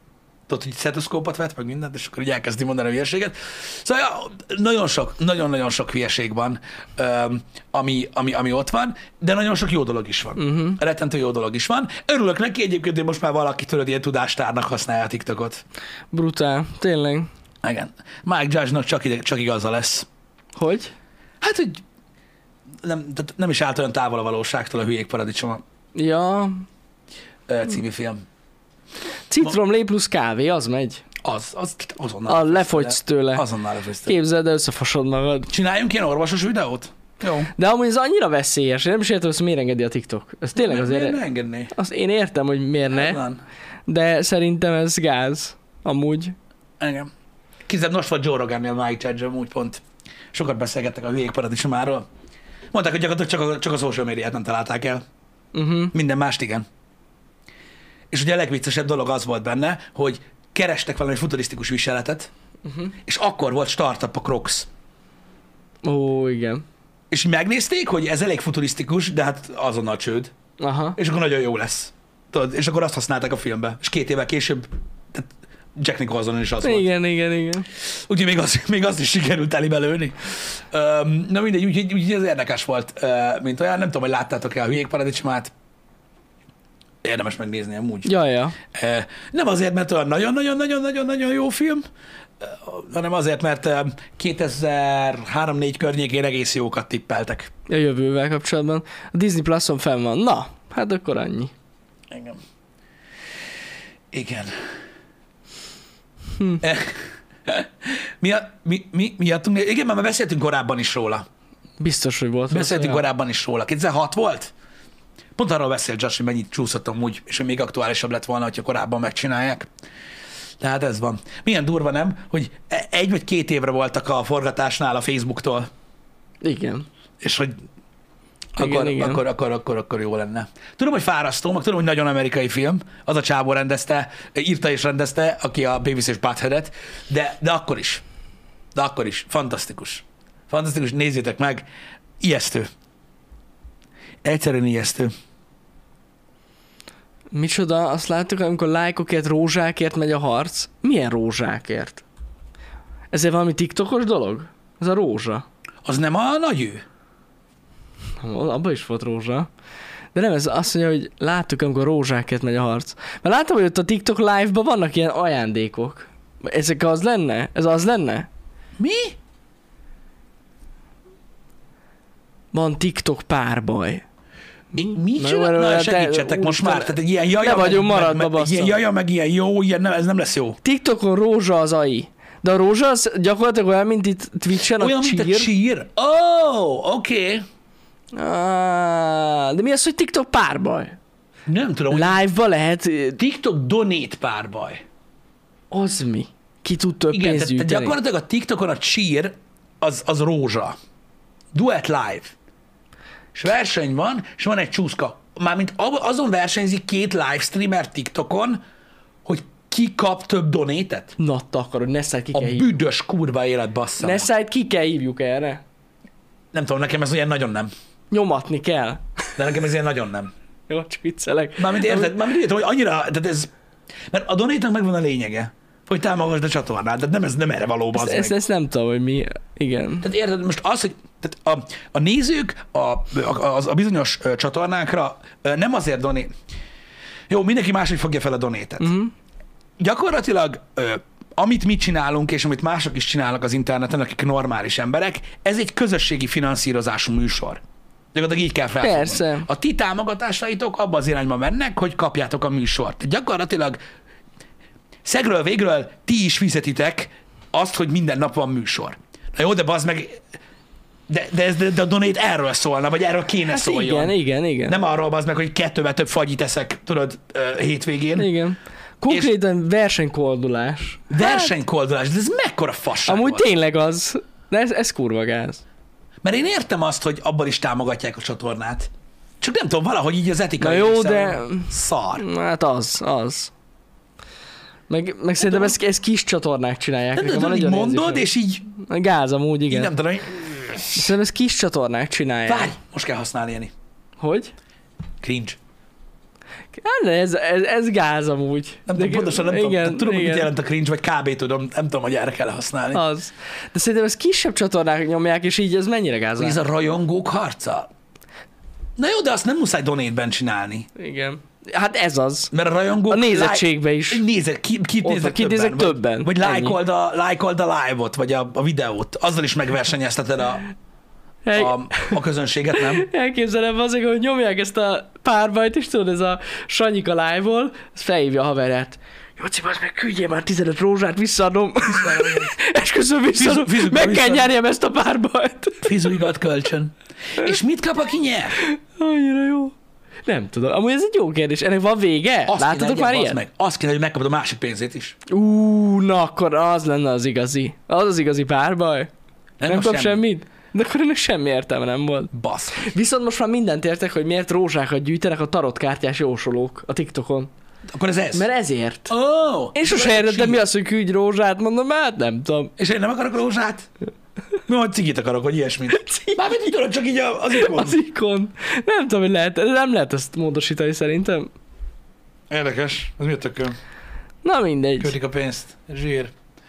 Speaker 1: tudod, hogy szetoszkópot vett, meg mindent, és akkor így elkezdi mondani a hülyeséget. Szóval ja, nagyon sok, nagyon-nagyon sok hülyeség van, öm, ami, ami, ami ott van, de nagyon sok jó dolog is van. Uh-huh. Rettentő jó dolog is van. Örülök neki egyébként, hogy most már valaki tudod, ilyen tudástárnak használja a TikTokot.
Speaker 2: Brutál, tényleg.
Speaker 1: Igen. Mike Judge-nak csak, ide, csak igaza lesz.
Speaker 2: Hogy?
Speaker 1: Hát, hogy nem, tehát nem is állt olyan távol a valóságtól a Hülyék paradicsoma
Speaker 2: Ja,
Speaker 1: című film.
Speaker 2: citromlé plusz kávé, az megy.
Speaker 1: Az, az azonnal.
Speaker 2: A lefogysz tőle.
Speaker 1: Azonnal lefogysz tőle.
Speaker 2: Képzeld, de összefosod magad.
Speaker 1: Csináljunk ilyen orvosos videót? Jó.
Speaker 2: De amúgy ez annyira veszélyes, én nem is értem, hogy miért engedi a TikTok. Ez tényleg
Speaker 1: Miért-
Speaker 2: azért...
Speaker 1: miért ne engedné?
Speaker 2: Azt én értem, hogy miért ne,
Speaker 1: Van.
Speaker 2: de szerintem ez gáz. Amúgy.
Speaker 1: Engem. Képzeld, most volt Joe Rogan-nél Mike Judge, úgy pont. Sokat beszélgettek a Hülyék paradicsomáról. Mondták, hogy gyakorlatilag csak a, csak a social médiát nem találták el.
Speaker 2: Uh-huh.
Speaker 1: Minden mást igen. És ugye a legviccesebb dolog az volt benne, hogy kerestek valami futurisztikus viseletet,
Speaker 2: Uh-huh.
Speaker 1: és akkor volt startup a Crocs.
Speaker 2: Ó, igen.
Speaker 1: És megnézték, hogy ez elég futurisztikus, de hát azonnal csőd.
Speaker 2: Aha.
Speaker 1: És akkor nagyon jó lesz. Tudod, és akkor azt használták a filmbe. És két évvel később tehát Jack Nicholson is az volt.
Speaker 2: Igen, igen, igen.
Speaker 1: Úgyhogy még, az, még azt is sikerült elébe lőni. Um, na mindegy, úgyhogy, úgyhogy ez érdekes volt, uh, mint olyan. Nem tudom, hogy láttátok-e a Hülyék paradicsomát. Érdemes megnézni amúgy.
Speaker 2: Ja, ja.
Speaker 1: Uh, nem azért, mert olyan nagyon-nagyon-nagyon-nagyon-nagyon jó film, uh, hanem azért, mert uh, kétezer-három-négy környékén egész jókat tippeltek.
Speaker 2: A jövővel kapcsolatban. A Disney Plus-on fenn van. Na, hát akkor annyi.
Speaker 1: Engem. Igen.
Speaker 2: Hm.
Speaker 1: mi, a, mi, mi, miattunk, igen, már beszéltünk korábban is róla.
Speaker 2: Biztos, hogy volt.
Speaker 1: Beszéltünk
Speaker 2: ja.
Speaker 1: korábban is róla. kétezer-hat volt? Pont arról beszélt Josh, hogy mennyit csúszottam úgy, és hogy még aktuálisabb lett volna, hogyha korábban megcsinálják. Tehát ez van. Milyen durva, nem? Hogy egy vagy két évre voltak a forgatásnál a Facebooktól,
Speaker 2: Igen.
Speaker 1: és hogy
Speaker 2: Igen,
Speaker 1: akkor,
Speaker 2: igen.
Speaker 1: akkor, akkor, akkor, akkor jó lenne. Tudom, hogy fárasztó, meg tudom, hogy nagyon amerikai film. Az a csávó rendezte, írta és rendezte, aki a Beavis és Butthead-et, de, de akkor is. De akkor is. Fantasztikus. Fantasztikus, nézzétek meg. Ijesztő. Egyszerűen ijesztő.
Speaker 2: Micsoda, azt láttuk, amikor lájkokért, rózsákért megy a harc. Milyen rózsákért? Ez egy valami TikTokos dolog? Ez a rózsa.
Speaker 1: Az nem a nagyő?
Speaker 2: Abban is volt rózsa. De nem, ez azt mondja, hogy láttuk, amikor rózsákért megy a harc. Mert láttam, hogy ott a TikTok live-ban vannak ilyen ajándékok. Ezek az lenne? Ez az lenne?
Speaker 1: Mi?
Speaker 2: Van TikTok párbaj.
Speaker 1: Mi?
Speaker 2: Na,
Speaker 1: Micsoda?
Speaker 2: jó,
Speaker 1: Na,
Speaker 2: te-
Speaker 1: segítsetek most
Speaker 2: úristen,
Speaker 1: már. Tehát egy ilyen jaja,
Speaker 2: ne vagyunk
Speaker 1: meg,
Speaker 2: maradva,
Speaker 1: meg, meg,
Speaker 2: bassza.
Speaker 1: ilyen jaja, meg ilyen jó, ilyen nem, ez nem lesz jó.
Speaker 2: TikTokon rózsa az ai. De a rózsa az gyakorlatilag olyan, mint itt Twitch-en a
Speaker 1: Olyan, mint
Speaker 2: csír.
Speaker 1: a csír? Ó, oh, oké. Okay.
Speaker 2: Ah, de mi az, hogy TikTok párbaj?
Speaker 1: Nem tudom, hogy
Speaker 2: Live-ba lehet...
Speaker 1: TikTok donate párbaj.
Speaker 2: Az mi? Ki tud több
Speaker 1: Igen,
Speaker 2: pénzt
Speaker 1: tehát tehát
Speaker 2: gyűjteni?
Speaker 1: gyakorlatilag a TikTokon a cheer az, az rózsa. Duet live. És verseny van, és van egy csúszka. Mármint azon versenyzik két livestreamer TikTokon, hogy ki kap több donétet.
Speaker 2: Na, te akarod, Nessai ki
Speaker 1: A
Speaker 2: kell hívjuk.
Speaker 1: büdös kurva élet bassza.
Speaker 2: Nessai ki kell hívjuk erre.
Speaker 1: Nem tudom, nekem ez ilyen nagyon nem.
Speaker 2: Nyomatni kell.
Speaker 1: De nekem ez ilyen nagyon nem.
Speaker 2: Jó, csak viccelek.
Speaker 1: Mármint érted, mármint érted, hogy annyira, tehát ez, mert a donate-nak megvan a lényege, hogy támogasd a csatornát, de nem, ez nem erre való, bazd
Speaker 2: Ezt, ezt,
Speaker 1: meg.
Speaker 2: ezt nem tudom, hogy mi... Igen.
Speaker 1: Tehát érted, most az, hogy tehát a, a nézők a, a, a bizonyos ö, csatornákra ö, nem azért donét. Jó, mindenki máshogy fogja fel a donétet.
Speaker 2: Uh-huh.
Speaker 1: Gyakorlatilag, ö, amit mi csinálunk, és amit mások is csinálnak az interneten, akik normális emberek, ez egy közösségi finanszírozású műsor. Gyakorlatilag így kell felfogni.
Speaker 2: Persze.
Speaker 1: A ti támogatásaitok abba az irányba mennek, hogy kapjátok a műsort. Gyakorlatilag szegről végről ti is fizetitek azt, hogy minden nap van műsor. Na jó, de bazd meg, de, de, ez, de a donate erről szólna, vagy erről kéne
Speaker 2: Hát
Speaker 1: szóljon.
Speaker 2: igen, igen, igen.
Speaker 1: Nem arról bazd meg, hogy kettővel több fagyit eszek, tudod, ö, hétvégén.
Speaker 2: Igen. Konkrétan versenykoldulás.
Speaker 1: Versenykoldulás, de ez mekkora fasság
Speaker 2: Amúgy
Speaker 1: volt.
Speaker 2: tényleg az. De ez, ez kurva gáz.
Speaker 1: Mert én értem azt, hogy abban is támogatják a csatornát. Csak nem tudom, valahogy így az etikai
Speaker 2: Na jó,
Speaker 1: része
Speaker 2: de-
Speaker 1: szar.
Speaker 2: Hát az, az. Meg, meg szerintem ezt, ezt kis csatornák csinálják.
Speaker 1: Nem
Speaker 2: Nekem
Speaker 1: tudom,
Speaker 2: van
Speaker 1: így
Speaker 2: egy olyan
Speaker 1: mondod,
Speaker 2: érzésem.
Speaker 1: és így,
Speaker 2: Gáz amúgy,
Speaker 1: így
Speaker 2: igen.
Speaker 1: nem tudom, hogy...
Speaker 2: Szerintem ezt kis csatornák csinálják.
Speaker 1: Várj, most kell használni, Jani.
Speaker 2: Hogy?
Speaker 1: Cringe.
Speaker 2: Hát ez, ez, ez gáz amúgy.
Speaker 1: Nem tudom, pontosan nem igen, tudom, tudom hogy mit jelent a cringe, vagy kb. Tudom, nem tudom, hogy erre kell használni.
Speaker 2: Az. De szerintem ezt kisebb csatornák nyomják, és így ez mennyire gáz?
Speaker 1: Ez a rajongók harca? Na jó, de azt nem muszáj donate-ben csinálni.
Speaker 2: Igen. Hát ez az.
Speaker 1: Mert a rajongók...
Speaker 2: A nézettségbe is.
Speaker 1: Nézek, ki, kit nézek
Speaker 2: kit
Speaker 1: többen.
Speaker 2: nézek többen.
Speaker 1: Vagy, vagy lájkold a, lájkold a live-ot, vagy a, a videót. Azzal is megversenyezteted a, a, a közönséget, nem?
Speaker 2: Elképzelem azért, hogy nyomják ezt a párbajt, és tudod, ez a Sanyika live-ol, ez felhívja a haverját. Jóci, bazd meg, küldjél már tizenöt rózsát, visszaadom. Esküszöm, visszaadom. Fiz, meg vissza. Kell nyerjem ezt a párbajt.
Speaker 1: Fizuigat kölcsön. És mit kap, aki nyer?
Speaker 2: Annyira jó. Nem tudom. Amúgy ez egy jó kérdés. Ennek van vége?
Speaker 1: Azt
Speaker 2: Láttatok már ilyet?
Speaker 1: Meg. Azt kéne, hogy megkapod a másik pénzét is.
Speaker 2: Ú, na akkor az lenne az igazi. Az az igazi párbaj. Nem, nem kap semmi. semmit? De akkor ennek semmi értelme nem volt.
Speaker 1: Basz.
Speaker 2: Viszont most már mindent értek, hogy miért rózsákat gyűjtenek a tarotkártyás jósolók a TikTokon.
Speaker 1: Akkor ez ez?
Speaker 2: Mert ezért.
Speaker 1: Oh,
Speaker 2: én sose értettem, mi az, hogy küldj rózsát, mondom, hát nem tudom.
Speaker 1: És én nem akarok rózsát? Mi, hogy cigit akarok, vagy ilyesmit. Mármint tudod, csak így az ikon.
Speaker 2: Az ikon. Nem tudom, hogy lehet, nem lehet ezt módosítani szerintem.
Speaker 1: Érdekes. Ez mi a tököm?
Speaker 2: Na mindegy.
Speaker 1: Kötik a pénzt. Zsír.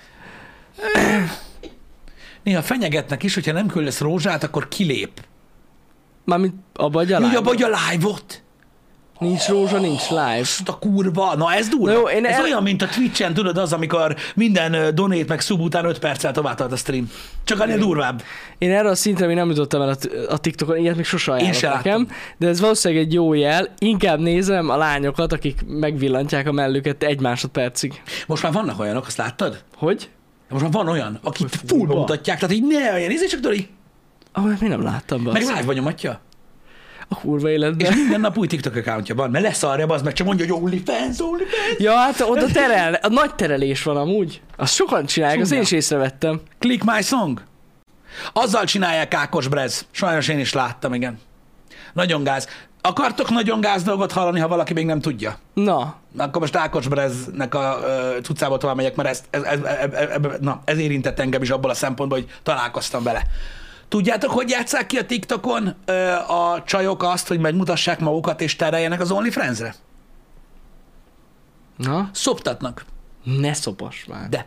Speaker 1: Néha fenyegetnek is, hogyha nem küldesz rózsát, akkor kilép.
Speaker 2: Mármint abba a live-ot.
Speaker 1: Abba a live-ot.
Speaker 2: Nincs rózsa, nincs live.
Speaker 1: Azt a kurva. Na ez durva. Jó, ez el... olyan, mint a Twitch-en, tudod, az, amikor minden donate meg sub után öt perccel tovább tart a stream. Csak annél durvább.
Speaker 2: Én erre a szintre még nem jutottam el a, a TikTokon, ilyet még sose ajánlott nekem. De ez valószínűleg egy jó jel. Inkább nézem a lányokat, akik megvillantják a mellüket egy másodpercig.
Speaker 1: Most már vannak olyanok, azt láttad?
Speaker 2: Hogy?
Speaker 1: Most már van olyan, akik fullba mutatják, tehát így ne olyan, nézzél csak, Dori.
Speaker 2: Ah, oh, mi nem láttam be.
Speaker 1: Meg live-ba nyomatja.
Speaker 2: A kurva életben.
Speaker 1: És minden nap új TikTok accountja van, mert leszarja, az meg csak mondja, hogy OnlyFans, OnlyFans.
Speaker 2: Ja, hát oda terel, a nagy terelés van amúgy. Azt sokan csinálják, azt én is észrevettem.
Speaker 1: Click my song. Azzal csinálják Ákos Brez. Sajnos én is láttam, igen. Nagyon gáz. Akartok nagyon gáz dolgot hallani, ha valaki még nem tudja?
Speaker 2: Na.
Speaker 1: Akkor most Ákos Breznek a uh, cuccába tovább megyek, mert ez, ez, ez, ez, ez, na, ez érintett engem is abból a szempontból, hogy találkoztam vele. Tudjátok, hogy játsszák ki a TikTokon ö, a csajok azt, hogy megmutassák magukat és tereljenek az OnlyFans-re?
Speaker 2: Na?
Speaker 1: Szoptatnak.
Speaker 2: Ne szopass már.
Speaker 1: De.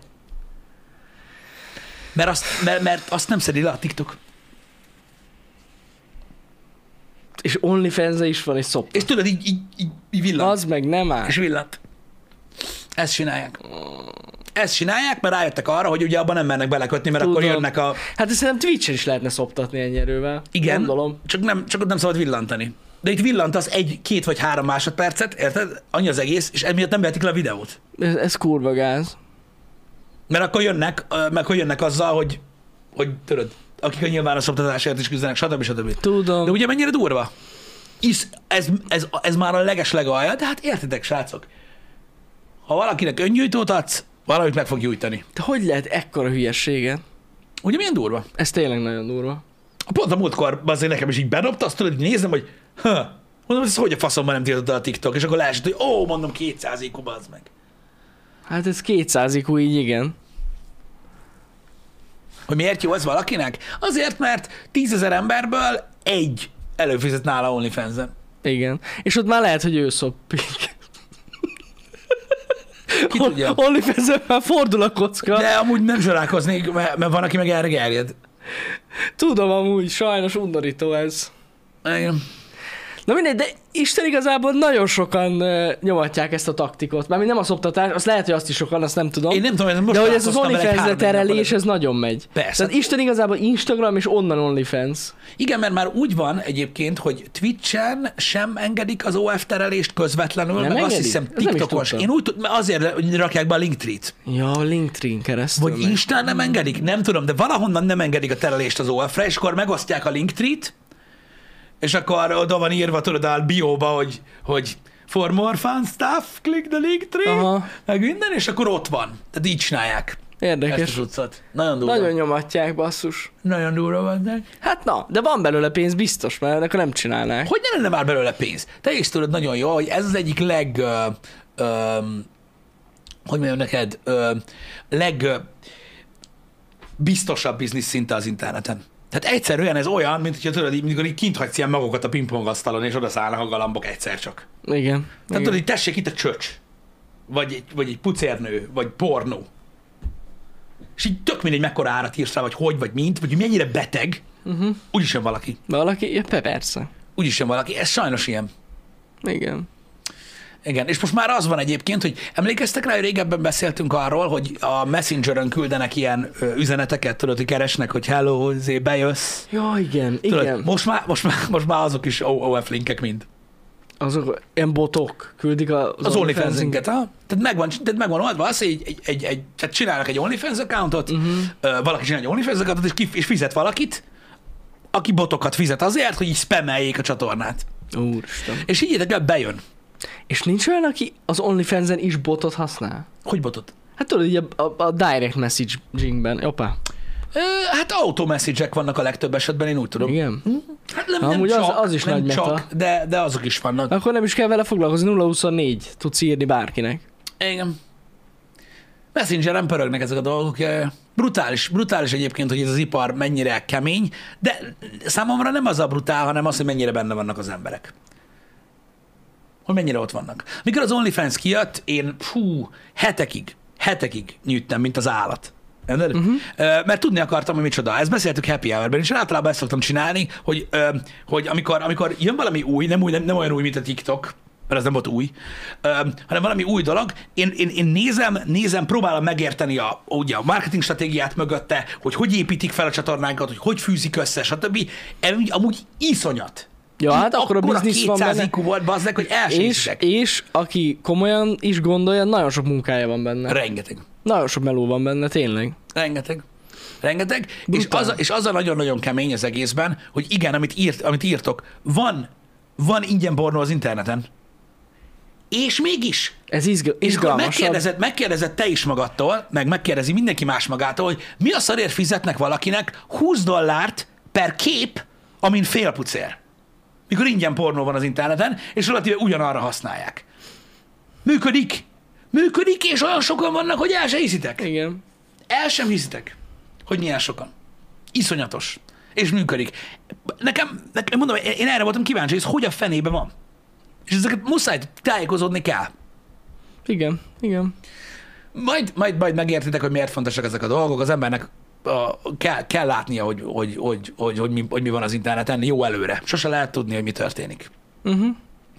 Speaker 1: Mert azt, mert, mert azt nem szedi le a TikTok.
Speaker 2: És OnlyFans-e is van, és szoptat.
Speaker 1: És tudod, így, így, így, így villant.
Speaker 2: Az meg nem áll.
Speaker 1: És villant. Ezt csinálják. Ezt csinálják, mert rájöttek arra, hogy ugye abban nem mernek belekötni, mert Tudom. akkor jönnek a...
Speaker 2: Hát ezt szerintem Twitch-en is lehetne szoptatni ennyi erővel.
Speaker 1: Igen,
Speaker 2: Gondolom.
Speaker 1: csak nem, csak ott nem szabad villantani. De itt villantasz egy, két vagy három másodpercet, érted? Annyi az egész, és emiatt nem vehetik le a videót.
Speaker 2: Ez, ez kurva gáz.
Speaker 1: Mert akkor jönnek, meg akkor jönnek azzal, hogy, hogy tudod, akik a nyilvános szoptatásért is küzdenek, stb. stb.
Speaker 2: Tudom.
Speaker 1: De ugye mennyire durva? Isz, ez, ez, ez már a leges legalja, de hát értitek, srácok. Ha valakinek öngyújtót adsz, valahogy meg fog gyújtani.
Speaker 2: De hogy lehet ekkora hülyességen?
Speaker 1: Ugye milyen durva?
Speaker 2: Ez tényleg nagyon durva.
Speaker 1: Pont a múltkor azért nekem is így bedobta, azt tudod, hogy nézem, hogy ha, mondom, ez hogy a faszomban nem tiltotta a TikTok, és akkor leesett, hogy ó, mondom, kétszáz i kú, bazd meg.
Speaker 2: Hát ez kétszáz i kú, így igen.
Speaker 1: Hogy miért jó ez valakinek? Azért, mert tízezer emberből egy előfizet nála OnlyFans-en.
Speaker 2: Igen. És ott már lehet, hogy ő szoppik.
Speaker 1: Ki tudja?
Speaker 2: OnlyFans-en már fordul a kocka.
Speaker 1: De amúgy nem zsarálkoznék, mert, mert van, aki meg erre gerjed.
Speaker 2: Tudom amúgy, sajnos undorító ez.
Speaker 1: Igen.
Speaker 2: Na mindegy, de Isten igazából nagyon sokan uh, nyomatják ezt a taktikot. Mármint nem a szoptatás, azt lehet, hogy azt is sokan, azt nem tudom.
Speaker 1: Én nem tudom, ez most
Speaker 2: de hogy ez az OnlyFans-re terelés, ez nagyon megy.
Speaker 1: Persze.
Speaker 2: Tehát Isten igazából Instagram és onnan OnlyFans.
Speaker 1: Igen, mert már úgy van egyébként, hogy Twitch-en sem engedik az o ef terelést közvetlenül, nem meg engedik? Azt hiszem TikTokon. Én úgy tudom, azért rakják be a Linktree-t.
Speaker 2: Ja, a Linktree-n keresztül.
Speaker 1: Vagy Instán nem engedik? Nem tudom, de valahonnan nem engedik a terelést az o ef-re, és akkor megosztják a Linktree-t, és akkor oda van írva, tudod, a bióba, hogy, hogy for more fun stuff, click the Linktree,
Speaker 2: Aha.
Speaker 1: meg minden, és akkor ott van. Tehát így csinálják.
Speaker 2: Érdekes.
Speaker 1: Ezt a cuccot. Nagyon durva.
Speaker 2: Nagyon nyomatják, basszus.
Speaker 1: Nagyon durva van.
Speaker 2: Hát na, de van belőle pénz biztos, mert akkor nem csinálnák.
Speaker 1: Hogy ne lenne már belőle pénz? Te is tudod nagyon jó, hogy ez az egyik leg... Ö, ö, hogy mondjam neked? Ö, leg... Ö, biztosabb biznisz szinte az interneten. Tehát egyszerűen ez olyan, mint hogyha tudod, így, mikor így kint hagysz ilyen magokat a pingpongasztalon, és oda szállnak a galambok egyszer csak.
Speaker 2: Igen.
Speaker 1: Tehát
Speaker 2: Igen.
Speaker 1: tudod, így tessék itt a csöcs, vagy egy, vagy egy pucérnő, vagy pornó. És így tök mindegy, mekkora árat írsz rá, vagy hogy, vagy mint, vagy mennyire beteg, uh-huh. úgyis jön valaki.
Speaker 2: Valaki, ja, persze.
Speaker 1: Úgyis jön valaki. Ez sajnos ilyen.
Speaker 2: Igen.
Speaker 1: Igen, és most már az van egyébként, hogy emlékeztek rá, hogy régebben beszéltünk arról, hogy a Messengeren küldenek ilyen ö, üzeneteket, tudod, hogy keresnek, hogy hello, zé, bejössz.
Speaker 2: Ja, igen,
Speaker 1: Tudod,
Speaker 2: igen.
Speaker 1: most már, most, már, most már azok is o ef linkek mind.
Speaker 2: Azok ilyen botok küldik a,
Speaker 1: Az, az OnlyFans-inket, ha? Tehát megvan, tehát megvan oldva az, hogy egy, egy, egy, egy, tehát csinálnak egy OnlyFans accountot, uh-huh. ö, valaki csinál egy OnlyFans accountot, és, kif, és fizet valakit, aki botokat fizet azért, hogy így spammeljék a csatornát.
Speaker 2: Úristen.
Speaker 1: És higgyétek el, bejön.
Speaker 2: És nincs olyan, aki az OnlyFans-en is botot használ?
Speaker 1: Hogy botot?
Speaker 2: Hát tudod, így a, a, a direct messagingben. Opa.
Speaker 1: Ö, hát automessage-ek vannak a legtöbb esetben, én úgy tudom.
Speaker 2: Igen.
Speaker 1: Hát nem, nem
Speaker 2: Amúgy
Speaker 1: csak,
Speaker 2: az- az is
Speaker 1: nem
Speaker 2: nagy meta.
Speaker 1: csak, de, de azok is vannak.
Speaker 2: Akkor nem is kell vele foglalkozni, nulla huszonnégy tudsz írni bárkinek.
Speaker 1: Igen. Messengeren pörögnek ezek a dolgok. Jaj, jaj. Brutális, brutális egyébként, hogy ez az ipar mennyire kemény, de számomra nem az a brutál, hanem az, hogy mennyire benne vannak az emberek. Hogy mennyire ott vannak. Mikor az OnlyFans kijött, én fú, hetekig, hetekig nyűjtem, mint az állat. Uh-huh. Mert tudni akartam, hogy micsoda. Ezt beszéltük Happy Hour-ben, és általában ezt szoktam csinálni, hogy, hogy amikor, amikor jön valami új, nem, új nem, nem olyan új, mint a TikTok, mert ez nem volt új, hanem valami új dolog, én, én, én nézem, nézem, próbálom megérteni a, ugye, a marketing stratégiát mögötte, hogy hogy építik fel a csatornánkat, hogy hogy fűzik össze, stb. Amúgy, amúgy iszonyat.
Speaker 2: Ja, hát akkor a biznisz van
Speaker 1: kétszáz
Speaker 2: benne.
Speaker 1: i kú volt, bazdnek, hogy el sem
Speaker 2: És,
Speaker 1: hiszek.
Speaker 2: és aki komolyan is gondolja, nagyon sok munkája van benne.
Speaker 1: Rengeteg.
Speaker 2: Nagyon sok meló van benne, tényleg.
Speaker 1: Rengeteg. Rengeteg. És
Speaker 2: Brutál.
Speaker 1: az, a, és az a nagyon-nagyon kemény az egészben, hogy igen, amit, írt, amit írtok, van, van ingyen pornó az interneten. És mégis.
Speaker 2: Ez izg-
Speaker 1: És akkor
Speaker 2: izgalmasabb.
Speaker 1: megkérdezed, megkérdezed te is magadtól, meg megkérdezi mindenki más magától, hogy mi a szarért fizetnek valakinek húsz dollárt per kép, amin félpucér. Mikor ingyen pornó van az interneten, és relatíve ugyanarra használják. Működik. Működik, és olyan sokan vannak, hogy el sem hiszitek.
Speaker 2: Igen.
Speaker 1: El sem hiszitek, hogy milyen sokan. Iszonyatos. És működik. Nekem, nekem mondom, én én erre voltam kíváncsi, hogy ez hogy a fenébe van. És ezeket muszáj tájékozódni kell.
Speaker 2: Igen, igen.
Speaker 1: Majd, majd, majd megértitek, hogy miért fontosak ezek a dolgok. Az embernek uh, kell, kell látnia, hogy, hogy, hogy, hogy, hogy, mi, hogy mi van az interneten jó előre. Sose lehet tudni, hogy mi történik.
Speaker 2: Uh-huh.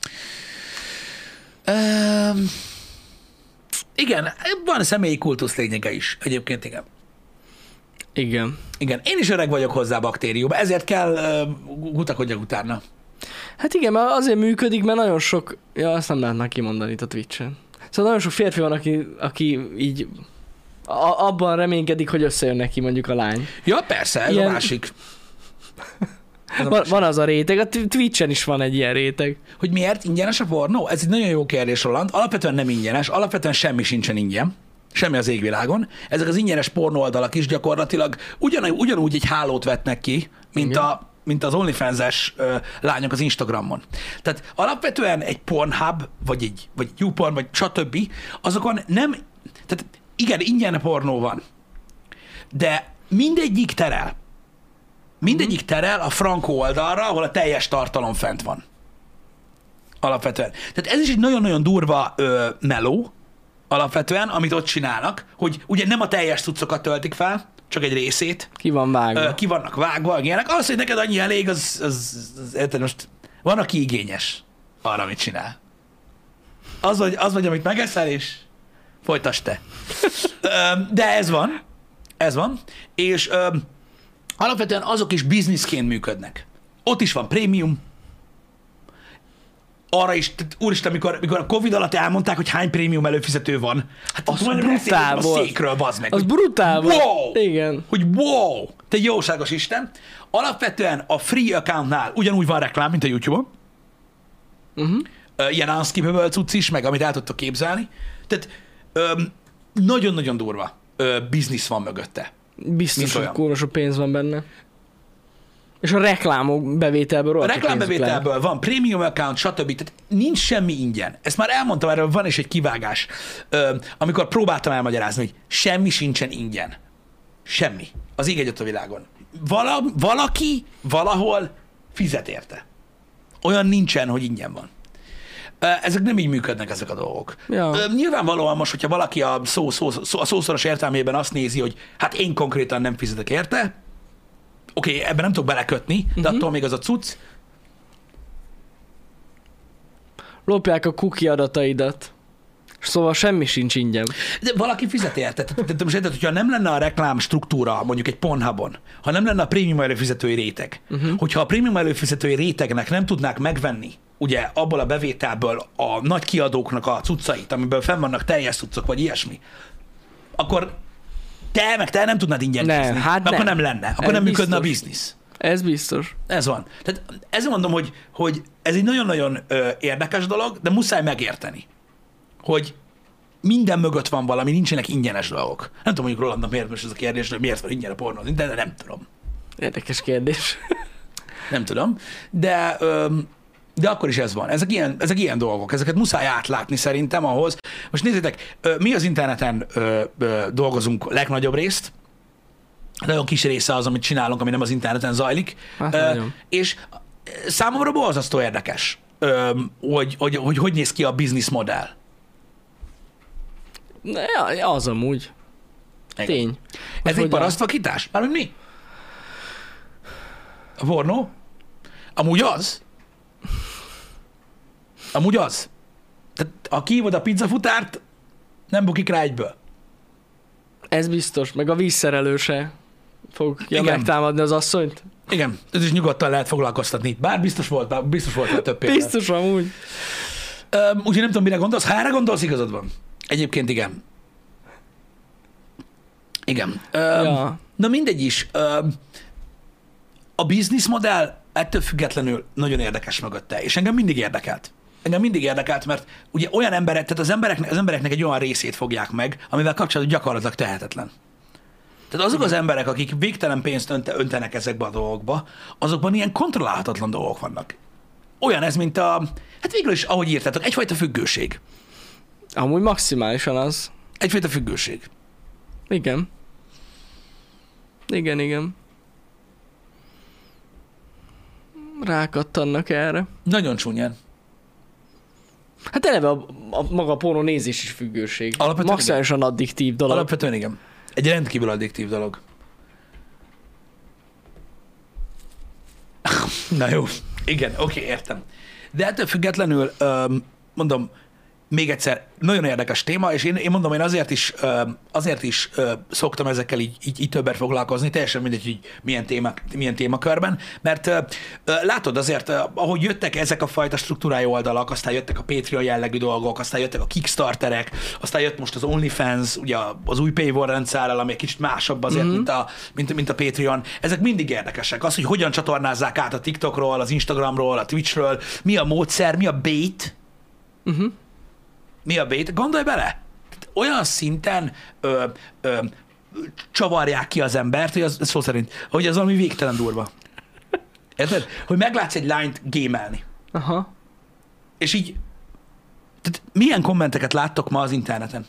Speaker 1: Um, igen, van személyi kultusz lényege is. Egyébként igen.
Speaker 2: Igen.
Speaker 1: Igen, én is öreg vagyok hozzá a baktériumba, ezért kell uh, gutakodjak utána.
Speaker 2: Hát igen, mert azért működik, mert nagyon sok... Ja, azt nem lehetne kimondani itt a Twitch-en. Szóval nagyon sok férfi van, aki, aki így a, abban reménykedik, hogy összejön neki mondjuk a lány.
Speaker 1: Ja, persze, ez
Speaker 2: Ilyen-
Speaker 1: a másik. Ez a
Speaker 2: Van,
Speaker 1: másik.
Speaker 2: van az a réteg, a Twitch-en is van egy ilyen réteg.
Speaker 1: Hogy miért ingyenes a pornó? Ez egy nagyon jó kérdés, Roland. Alapvetően nem ingyenes, alapvetően semmi sincsen ingyen. Semmi az égvilágon. Ezek az ingyenes pornó oldalak is gyakorlatilag ugyan, ugyanúgy egy hálót vetnek ki, mint, a, mint az OnlyFans-es ö, lányok az Instagramon. Tehát alapvetően egy Pornhub, vagy egy, vagy egy YouPorn, vagy stb. Azokon nem... Tehát igen, ingyen pornó van. De mindegyik terel. Mindegyik terel a frankó oldalra, ahol a teljes tartalom fent van. Alapvetően. Tehát ez is egy nagyon-nagyon durva ö, meló, alapvetően, amit ott csinálnak, hogy ugye nem a teljes cuccokat töltik fel, csak egy részét,
Speaker 2: Ki van vágva.
Speaker 1: ö, ki vannak vágva, ilyenek. Az, hogy neked annyi elég, az, az, az, érted, most van, aki igényes arra, amit csinál. Az vagy, az vagy amit megeszel, és folytasd te. Ö, De ez van, ez van, és ö, alapvetően azok is bizniszként működnek. Ott is van prémium, arra is, tehát, úristen, mikor, mikor a Covid alatt elmondták, hogy hány prémium előfizető van. Hát
Speaker 2: Az
Speaker 1: majdnem
Speaker 2: brutál
Speaker 1: beszéltem a
Speaker 2: volt.
Speaker 1: székről, bazd meg.
Speaker 2: Az
Speaker 1: hogy
Speaker 2: brutál volt.
Speaker 1: Wow!
Speaker 2: Igen.
Speaker 1: Hogy wow! Te jóságos Isten. Alapvetően a free accountnál ugyanúgy van reklám, mint a YouTube-on.
Speaker 2: Uh-huh.
Speaker 1: Ö, Ilyen unskippable cucc is, meg amit el tudtok képzelni. Tehát öm, nagyon-nagyon durva ö, biznisz van mögötte.
Speaker 2: Biztos,
Speaker 1: Mint
Speaker 2: hogy
Speaker 1: olyan.
Speaker 2: kurva sok pénz van benne. És a reklámok bevételből
Speaker 1: A
Speaker 2: rohadt sok pénzük lehet.
Speaker 1: reklámbevételből van premium account, stb. Tehát nincs semmi ingyen. Ezt már elmondtam, erről van is egy kivágás, ö, amikor próbáltam elmagyarázni, hogy semmi sincsen ingyen. Semmi. Az ég egyet a világon. vala, valaki valahol fizet érte. Olyan nincsen, hogy ingyen van. Ezek nem így működnek, ezek a dolgok.
Speaker 2: Ja.
Speaker 1: Nyilvánvalóan most, hogyha valaki a, szó, szó, szó, a szószoros értelmében azt nézi, hogy hát én konkrétan nem fizetek érte, oké, okay, ebben nem tudok belekötni, de uh-huh. attól még az a cucc.
Speaker 2: Lopják a cookie adataidat. Szóval semmi sincs ingyen.
Speaker 1: De valaki fizet érte. Tehát most érted, hogyha nem lenne a reklám struktúra mondjuk egy Pornhubon, ha nem lenne a prémium előfizetői réteg, uh-huh. hogyha a prémium előfizetői rétegnek nem tudnák megvenni ugye abból a bevételből a nagy kiadóknak a cuccait, amiből fenn vannak teljes cuccok, vagy ilyesmi, akkor te meg te nem tudnád ingyen
Speaker 2: nem,
Speaker 1: nézni.
Speaker 2: hát
Speaker 1: nem. Akkor nem lenne. Akkor
Speaker 2: ez
Speaker 1: nem működne a
Speaker 2: biztos.
Speaker 1: biznisz.
Speaker 2: Ez biztos.
Speaker 1: Ez van. Tehát ezzel mondom, hogy, hogy ez egy nagyon-nagyon ö, érdekes dolog, de muszáj megérteni, hogy minden mögött van valami, nincsenek ingyenes dolgok. Nem tudom, mondjuk Rolandnak miért most ez a kérdés, hogy miért van ingyen a pornó, de nem tudom.
Speaker 2: Érdekes kérdés.
Speaker 1: Nem tudom, de, ö, de akkor is ez van. Ezek ilyen, ezek ilyen dolgok, ezeket muszáj átlátni szerintem ahhoz. Most nézzétek, ö, mi az interneten ö, ö, dolgozunk legnagyobb részt, nagyon kis része az, amit csinálunk, ami nem az interneten zajlik,
Speaker 2: Hát,
Speaker 1: ö, és számomra borzasztó érdekes, ö, hogy, hogy, hogy hogy néz ki a business modell.
Speaker 2: Ja, az amúgy.
Speaker 1: Igen.
Speaker 2: Tény.
Speaker 1: Ez
Speaker 2: Hogy
Speaker 1: egy parasztvakítás? Mármint mi? A pornó? Amúgy az. Amúgy az. Tehát ha kihívod a pizzafutárt, nem bukik rá egyből.
Speaker 2: Ez biztos, meg a vízszerelőse fogja
Speaker 1: Igen.
Speaker 2: megtámadni az asszonyt.
Speaker 1: Igen, ez is nyugodtan lehet foglalkoztatni. Bár biztos volt, bár biztos volt rá több példa.
Speaker 2: Biztos amúgy.
Speaker 1: Um, úgyhogy nem tudom, mire gondolsz. Ha erre gondolsz, igazad van. Egyébként igen. Igen. Um,
Speaker 2: Ja.
Speaker 1: Na mindegy is. Um, a business modell ettől függetlenül nagyon érdekes mögötte, és engem mindig érdekelt. Engem mindig érdekelt, mert ugye olyan emberek, tehát az embereknek, az embereknek egy olyan részét fogják meg, amivel kapcsolatban gyakorlatilag tehetetlen. Tehát azok az emberek, akik végtelen pénzt önte, öntenek ezekbe a dolgokba, azokban ilyen kontrollálhatatlan dolgok vannak. Olyan ez, mint a, hát végül is, ahogy írtátok, egyfajta függőség.
Speaker 2: Amúgy maximálisan az.
Speaker 1: Egyfajta függőség.
Speaker 2: Igen. Igen, igen. Rákattannak erre.
Speaker 1: Nagyon csúnyán.
Speaker 2: Hát eleve a, a maga a pornó nézés is függőség.
Speaker 1: Alapvetően
Speaker 2: Maximálisan addiktív dolog.
Speaker 1: Alapvetően igen. Egy rendkívül addiktív dolog. Na jó. Igen, oké, értem. De ettől függetlenül, öm, mondom, még egyszer, nagyon érdekes téma, és én, én mondom, én azért is, azért is szoktam ezekkel így, így, így többet foglalkozni, teljesen mindegy, hogy milyen, témák, milyen témakörben, mert látod azért, ahogy jöttek ezek a fajta struktúrájú oldalak, aztán jöttek a Patreon jellegű dolgok, aztán jöttek a Kickstarterek, aztán jött most az OnlyFans, ugye az új paywall rendszerrel, ami egy kicsit másabb azért, mm-hmm. mint, a, mint, mint a Patreon. Ezek mindig érdekesek. Az, hogy hogyan csatornázzák át a TikTokról, az Instagramról, a Twitchről, mi a módszer, mi a bait,
Speaker 2: Uh-huh.
Speaker 1: mi a bait? Gondolj bele! Olyan szinten ö, ö, csavarják ki az embert, hogy az szó szerint, hogy az valami végtelen durva. Érted? Hogy meglátsz egy lányt gémelni.
Speaker 2: Aha.
Speaker 1: És így, tehát milyen kommenteket láttok ma az interneten?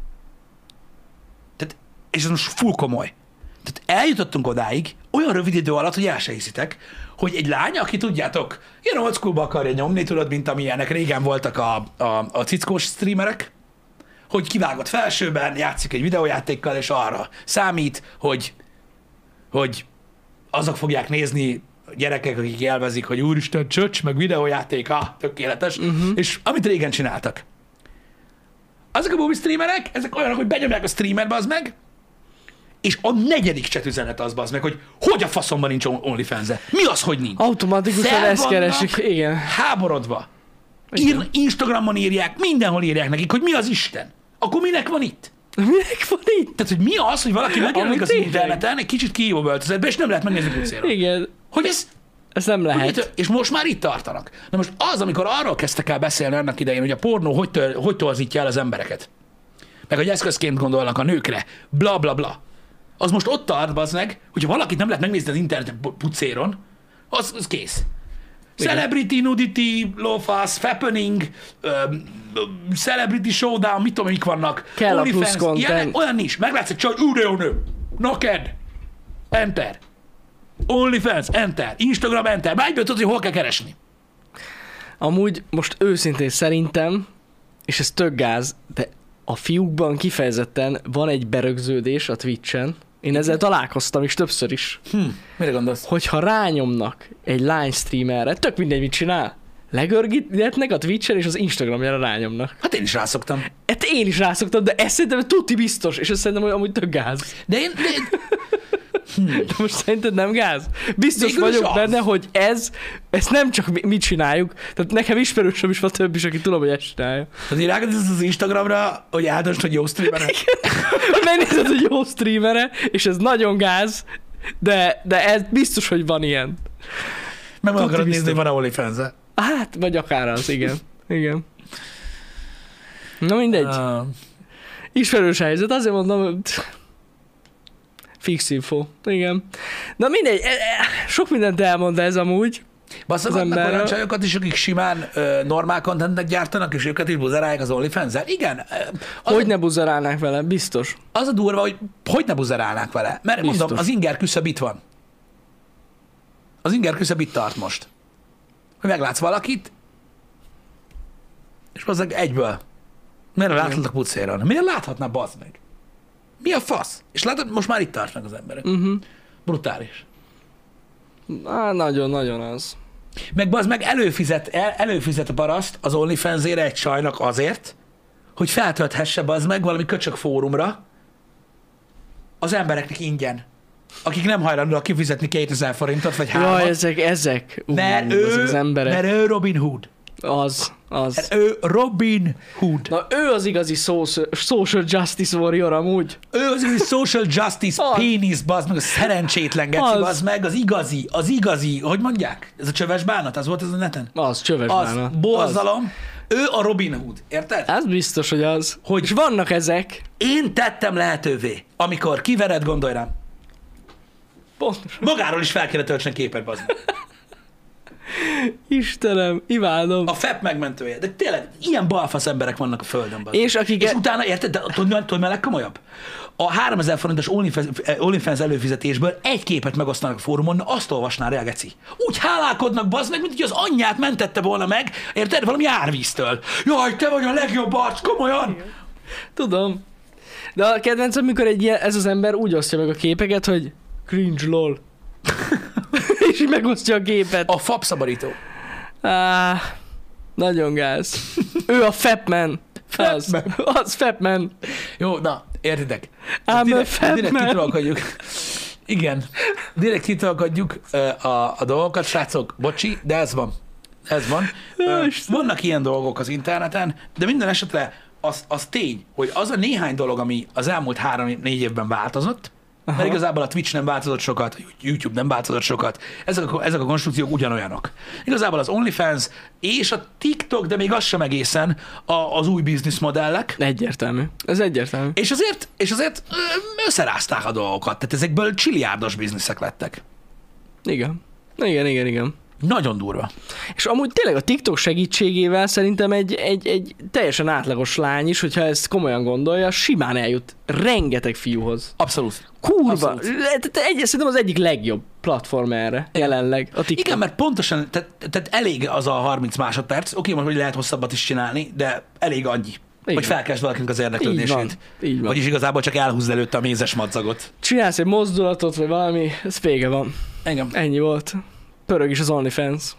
Speaker 1: Tehát, és ez most full komoly. Tehát eljutottunk odáig, olyan rövid idő alatt, hogy el se hiszitek, hogy egy lány, aki tudjátok, ilyen old schoolba akarja nyomni, tudod, mint amilyenek régen voltak a, a, a cickós streamerek, hogy kivágott felsőben, játszik egy videójátékkal, és arra számít, hogy, hogy azok fogják nézni gyerekek, akik élvezik, hogy úristen, csöcs, meg videójáték, ah, tökéletes, uh-huh. és amit régen csináltak. Azok a movie streamerek, ezek olyanok, hogy benyomják a streamerbe, az meg, és a negyedik chat üzenet az bazd meg, hogy hogy a faszomban nincs OnlyFans-e. Mi az, hogy nincs?
Speaker 2: Automatikusan ezt keresik, igen.
Speaker 1: Háborodva. Ír, Instagramon írják, mindenhol írják nekik, hogy mi az Isten. Akkor minek van itt?
Speaker 2: Minek van itt?
Speaker 1: Tehát, hogy mi az, hogy valaki megjelenik az
Speaker 2: tényleg.
Speaker 1: interneten, egy kicsit kihívó öltözetbe, és nem lehet megnézni pucéra.
Speaker 2: Igen.
Speaker 1: Hogy ez...
Speaker 2: Ez nem lehet.
Speaker 1: Hogy, és most már itt tartanak. Na most az, amikor arról kezdtek el beszélni annak idején, hogy a pornó hogy, tör, hogy torzítja el az embereket, meg hogy eszközként gondolnak a nőkre, bla bla bla. Az most ott tart, bazd meg, hogyha valakit nem lehet megnézni az interneten pucéron, az, az kész. Igen. Celebrity, nudity, lowfast, fappening, um, celebrity showdown, mit tudom, mik vannak.
Speaker 2: Kell a plusz
Speaker 1: content. Ilyen, olyan nincs. Meglátsz egy csaj, ú, de jó nő. Naked. Enter. OnlyFans, enter. Instagram, enter. Már egyből tudod, hogy hol kell keresni.
Speaker 2: Amúgy most őszintén szerintem, és ez tök gáz, de a fiúkban kifejezetten van egy berögződés a Twitchen. Én ezzel találkoztam is többször is.
Speaker 1: Hm, mire gondolsz?
Speaker 2: Hogyha rányomnak egy live streamerre, tök mindegy, mit csinál. Legörgetnek a Twitchen és az Instagramjára rányomnak.
Speaker 1: Hát én is rászoktam.
Speaker 2: Hát én is rászoktam, de ez szerintem tuti biztos, és ez szerintem hogy amúgy tök gáz.
Speaker 1: De én... De én...
Speaker 2: Hm. De most szerinted nem gáz? Biztos
Speaker 1: Végül is
Speaker 2: vagyok
Speaker 1: az.
Speaker 2: benne, hogy ez, ezt nem csak mi, mi csináljuk, tehát nekem ismerősöm is van több is, aki tudom, hogy ezt csinálja.
Speaker 1: Tehát így rákezdesz az Instagramra, hogy áldasd, hogy jó streamer.
Speaker 2: Megnézed, hogy jó streamere, és ez nagyon gáz, de, de ez biztos, hogy van ilyen.
Speaker 1: Meg meg
Speaker 2: Tuti
Speaker 1: akarod
Speaker 2: biztos.
Speaker 1: nézni, hogy van-e OnlyFans-e.
Speaker 2: Hát, vagy akár az, igen. Igen. Na mindegy.
Speaker 1: Uh,
Speaker 2: Ismerős helyzet, azért mondom, hogy fix info. Igen. Na mindegy, e- e- sok mindent elmond ez amúgy.
Speaker 1: Bassza,
Speaker 2: Az
Speaker 1: vannak
Speaker 2: emberről.
Speaker 1: olyan csajokat is, akik simán ö, normál contentnek gyártanak, és őket is buzerálják az OnlyFans-el. Igen. ö, Az,
Speaker 2: Hogy ne buzerálnák vele, biztos.
Speaker 1: az a durva, hogy hogy ne buzerálnák vele. Mert
Speaker 2: Biztos.
Speaker 1: mondom, az inger küszöb itt van. Az inger küszöb itt tart most. Hogy meglátsz valakit, és bazzeg egyből. Miért láthatlak pucéron? Miért láthatná, bazd meg? Mi a fasz? És látod, most már itt tartnak az emberek.
Speaker 2: Uh-huh.
Speaker 1: Brutális.
Speaker 2: Á, nagyon-nagyon az.
Speaker 1: Meg bazd meg előfizet, el, előfizet a paraszt az OnlyFans-ére egy csajnak azért, hogy feltölthesse bazd meg valami köcsök fórumra az embereknek ingyen. Akik nem hajlandóak kifizetni kétezer forintot, vagy hármat.
Speaker 2: Jaj, ezek, ezek. Ú,
Speaker 1: mert,
Speaker 2: ezek
Speaker 1: ő,
Speaker 2: az emberek.
Speaker 1: mert ő Robin Hood.
Speaker 2: Az, az.
Speaker 1: Mert ő Robin Hood.
Speaker 2: Na ő az igazi social, social justice warrior amúgy.
Speaker 1: Ő az igazi social justice
Speaker 2: Az.
Speaker 1: pénisz, bazd meg, a szerencsétlen geci,
Speaker 2: Az.
Speaker 1: bazd meg, az igazi, az igazi, hogy mondják? Ez a csöves bánat, az volt ez a neten?
Speaker 2: Az, csöves
Speaker 1: Az,
Speaker 2: bánat.
Speaker 1: borzalom. Ő a Robin Hood, érted?
Speaker 2: Az biztos, hogy az.
Speaker 1: Hogy-
Speaker 2: És vannak ezek.
Speaker 1: Én tettem lehetővé, amikor kivered, gondolj rám.
Speaker 2: Pontos.
Speaker 1: Magáról is fel kellett töltsen képet, bazd meg.
Speaker 2: Istenem, imádom.
Speaker 1: A fep megmentője. De tényleg, ilyen balfasz emberek vannak a földön, bazd meg.
Speaker 2: És akik...
Speaker 1: És utána, érted, de tudod, tudod, mi a legkomolyabb? A háromezer forintos OnlyFans, OnlyFans előfizetésből egy képet megosztanak a fórumon, na azt olvasná rá, geci. Úgy hálálkodnak, bazd meg, mint hogy az anyját mentette volna meg, érted, valami árvíztől. Jaj, te vagy a legjobb arc, komolyan!
Speaker 2: Tudom. De a kedvencem, amikor egy ilyen, ez az ember úgy osztja meg a képeket, hogy cringe lol. És így megosztja a képet.
Speaker 1: A fap szabadító.
Speaker 2: Á, nagyon gáz. Ő a Fapman. Az,
Speaker 1: Fapman.
Speaker 2: az Fapman.
Speaker 1: Jó, na, értitek.
Speaker 2: I'm a
Speaker 1: direkt,
Speaker 2: fat
Speaker 1: direkt
Speaker 2: man.
Speaker 1: kitolkodjuk. Igen. Direkt kitolkodjuk ö, a, a dolgokat, srácok. Bocsi, de ez van. Ez van. Ö, Vannak ilyen dolgok az interneten, de minden esetre az, az tény, hogy az a néhány dolog, ami az elmúlt három-négy évben változott, Aha. mert igazából a Twitch nem változott sokat, a YouTube nem változott sokat, ezek a, ezek a konstrukciók ugyanolyanok. Igazából az OnlyFans és a TikTok, de még az sem egészen a, az új bizniszmodellek,
Speaker 2: Egyértelmű. Ez egyértelmű.
Speaker 1: és azért, és azért ö, összerázták a dolgokat, tehát ezekből csiliárdos bizniszek lettek.
Speaker 2: Igen. Igen, igen, igen.
Speaker 1: Nagyon durva.
Speaker 2: És amúgy tényleg a TikTok segítségével szerintem egy, egy, egy teljesen átlagos lány is, hogyha ezt komolyan gondolja, simán eljut rengeteg fiúhoz.
Speaker 1: Abszolút.
Speaker 2: Kurva!
Speaker 1: Abszolút.
Speaker 2: Tehát egy, szerintem az egyik legjobb platform erre jelenleg a TikTok.
Speaker 1: Igen, mert pontosan, tehát, tehát elég az a harminc másodperc, oké, most hogy lehet hosszabbat is csinálni, de elég annyi.
Speaker 2: Igen.
Speaker 1: Hogy felkeltsd valakinek az
Speaker 2: Így van.
Speaker 1: érdeklődését.
Speaker 2: Így van.
Speaker 1: Vagyis igazából csak elhúzd előtte a mézes madzagot.
Speaker 2: Csinálsz egy mozdulatot, vagy valami, ez vége van.
Speaker 1: Igen.
Speaker 2: Ennyi volt. Pörög is az OnlyFans.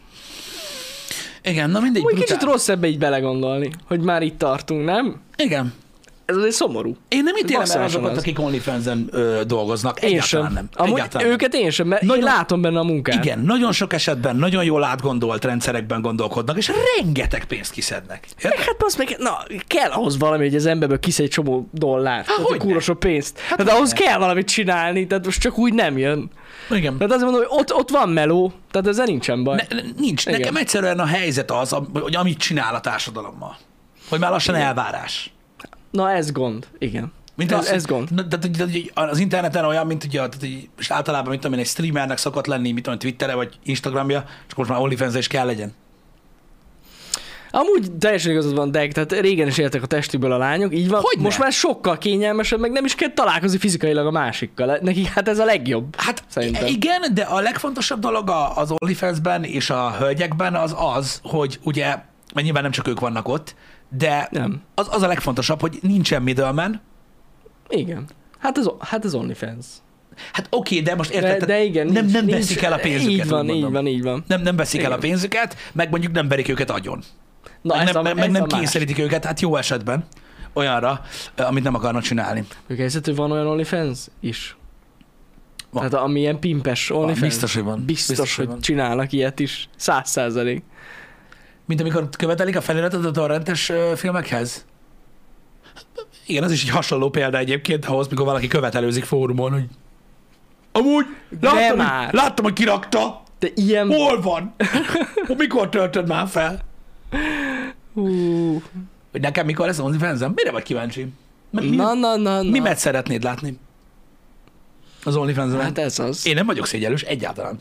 Speaker 1: Igen, na mindegy.
Speaker 2: Úgy
Speaker 1: brutál.
Speaker 2: kicsit rossz ebbe így belegondolni, hogy már itt tartunk, nem?
Speaker 1: Igen.
Speaker 2: Ez azért szomorú.
Speaker 1: Én nem ítélem el
Speaker 2: Maximálisan
Speaker 1: azokat,
Speaker 2: az.
Speaker 1: akik OnlyFans-en ö, dolgoznak.
Speaker 2: Én
Speaker 1: Egyáltalán
Speaker 2: sem.
Speaker 1: nem.
Speaker 2: Amúgy
Speaker 1: Egyáltalán nem.
Speaker 2: őket én sem, mert
Speaker 1: Nagyon-
Speaker 2: én látom benne a munkát.
Speaker 1: Igen, nagyon sok esetben nagyon jól átgondolt rendszerekben gondolkodnak, és rengeteg pénzt kiszednek. Érted?
Speaker 2: Hát az meg, na, kell ahhoz valami, hogy az emberből kisz egy csomó dollárt, tehát
Speaker 1: hogyne.
Speaker 2: kurva sok pénzt. Hát,
Speaker 1: hogy
Speaker 2: hát ahhoz
Speaker 1: ne.
Speaker 2: kell valamit csinálni, tehát most csak úgy nem jön.
Speaker 1: Igen.
Speaker 2: Tehát azért mondom, hogy ott, ott van meló, tehát ezzel nincsen baj.
Speaker 1: Ne, nincs.
Speaker 2: Igen.
Speaker 1: Nekem egyszerűen a helyzet az, am- hogy amit csinál a társadalommal. Hogy már lassan
Speaker 2: Igen.
Speaker 1: elvárás.
Speaker 2: Na ez gond, igen.
Speaker 1: Mint
Speaker 2: ez,
Speaker 1: az,
Speaker 2: ez gond.
Speaker 1: Na, tehát, hogy- hogy az interneten olyan, mint ugye, tehát, hogy most általában, mint tudom én, egy streamernek szokott lenni, mit tudom, Twittere vagy Instagramja, csak most már OnlyFans is kell legyen.
Speaker 2: Amúgy teljesen igazad van, Deg, tehát régen is éltek a testükből a lányok, így van.
Speaker 1: Hogyne?
Speaker 2: Most már sokkal kényelmesebb, meg nem is kell találkozni fizikailag a másikkal. Nekik hát ez a legjobb.
Speaker 1: Hát
Speaker 2: szerintem.
Speaker 1: igen, de a legfontosabb dolog a- az OnlyFans-ben és a hölgyekben az az, hogy ugye, mert nyilván nem csak ők vannak ott, de
Speaker 2: Nem.
Speaker 1: az, az a legfontosabb, hogy nincsen middleman.
Speaker 2: Igen. Hát ez, hát ez OnlyFans.
Speaker 1: Hát oké, de most érted,
Speaker 2: De,
Speaker 1: tehát
Speaker 2: de igen,
Speaker 1: nem,
Speaker 2: nincs,
Speaker 1: nem
Speaker 2: nincs,
Speaker 1: veszik el a pénzüket.
Speaker 2: Így van,
Speaker 1: úgy mondom.
Speaker 2: így van, így van.
Speaker 1: Nem, nem veszik
Speaker 2: Igen.
Speaker 1: el a pénzüket, meg mondjuk nem verik őket agyon.
Speaker 2: Na,
Speaker 1: meg
Speaker 2: ez
Speaker 1: nem,
Speaker 2: a,
Speaker 1: meg
Speaker 2: ez
Speaker 1: nem
Speaker 2: a más.
Speaker 1: kényszerítik őket, hát jó esetben olyanra, amit nem akarnak csinálni.
Speaker 2: Ők helyzet, hogy van olyan OnlyFans is?
Speaker 1: Van.
Speaker 2: Tehát amilyen pimpes OnlyFans?
Speaker 1: biztos, hogy van.
Speaker 2: Biztos,
Speaker 1: Biztos, hogy
Speaker 2: hogy
Speaker 1: van.
Speaker 2: csinálnak ilyet is. Száz százalék.
Speaker 1: Mint amikor követelik a feliratot a torrentes ö, filmekhez. Igen, az is egy hasonló példa egyébként ahhoz, mikor valaki követelőzik fórumon, hogy amúgy láttam,
Speaker 2: már.
Speaker 1: hogy, láttam, hogy kirakta.
Speaker 2: De ilyen...
Speaker 1: Hol van? Mikor töltöd már fel?
Speaker 2: Hú.
Speaker 1: Hogy nekem mikor lesz OnlyFans-em? Mire vagy kíváncsi? Mi, mi,
Speaker 2: Na, na, na, na.
Speaker 1: mi met szeretnéd látni? Az OnlyFans-en?
Speaker 2: Hát ez az.
Speaker 1: Én nem vagyok szégyellős egyáltalán.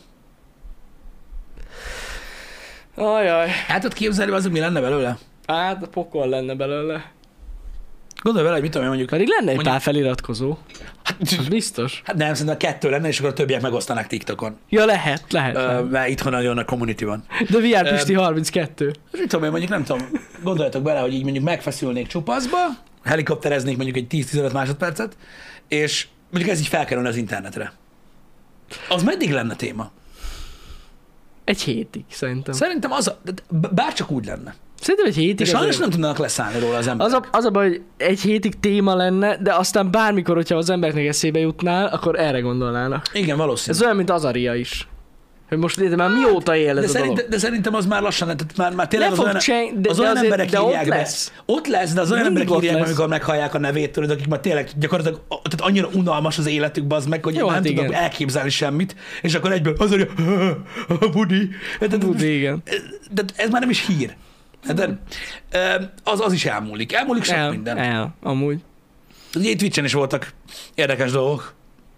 Speaker 2: Ajaj.
Speaker 1: El tudod képzelni, azok mi lenne belőle?
Speaker 2: Hát pokol lenne belőle.
Speaker 1: Gondolj vele, hogy mit tudom én mondjuk.
Speaker 2: Pedig lenne egy
Speaker 1: Mondjuk-
Speaker 2: pár feliratkozó.
Speaker 1: Hát,
Speaker 2: Az biztos.
Speaker 1: hát nem, szerintem kettő lenne, és akkor a többiek megosztanák TikTokon.
Speaker 2: Ja, lehet, lehet.
Speaker 1: Ö,
Speaker 2: lehet.
Speaker 1: mert itthon nagyon nagy community van.
Speaker 2: De vé er Pisti harminckettő.
Speaker 1: És mit tudom én, mondjuk nem tudom, gondoljatok bele, hogy így mondjuk megfeszülnék csupaszba, helikoptereznék mondjuk egy tíz-tizenöt másodpercet, és mondjuk ez így felkerülne az internetre. Az meddig lenne téma?
Speaker 2: Egy hétig, szerintem.
Speaker 1: Szerintem az, a, de bárcsak úgy lenne.
Speaker 2: Szerintem egy hétig.
Speaker 1: De sajnos
Speaker 2: azért-
Speaker 1: nem tudnának leszállni róla az emberek.
Speaker 2: Az a, az a baj, hogy egy hétig téma lenne, de aztán bármikor, hogyha az embereknek eszébe jutnál, akkor erre gondolnának.
Speaker 1: Igen, valószínű.
Speaker 2: Ez olyan, mint az Aria is. Hogy most érted, már mióta él
Speaker 1: De,
Speaker 2: ez a dolog.
Speaker 1: szerint, de szerintem az már lassan, tehát már, már tényleg
Speaker 2: Le
Speaker 1: az
Speaker 2: fog
Speaker 1: olyan,
Speaker 2: cseng- de-
Speaker 1: az
Speaker 2: de
Speaker 1: olyan
Speaker 2: azért-
Speaker 1: emberek
Speaker 2: de ott
Speaker 1: írják be.
Speaker 2: lesz.
Speaker 1: Ott lesz, de az olyan
Speaker 2: Mindig
Speaker 1: emberek
Speaker 2: ott
Speaker 1: írják be,
Speaker 2: lesz.
Speaker 1: amikor meghallják a nevét, tudod, akik már tényleg gyakorlatilag tehát annyira unalmas az életük, az meg, hogy
Speaker 2: Jó,
Speaker 1: nem
Speaker 2: hát
Speaker 1: tudnak
Speaker 2: igen.
Speaker 1: elképzelni semmit, és akkor egyből az írja, Budi. Tehát-
Speaker 2: Budi, igen.
Speaker 1: De ez már nem is hír. De, az, az is elmúlik. Elmúlik sok
Speaker 2: El,
Speaker 1: minden.
Speaker 2: el, amúgy.
Speaker 1: Ugye itt Twitchen is voltak érdekes dolgok.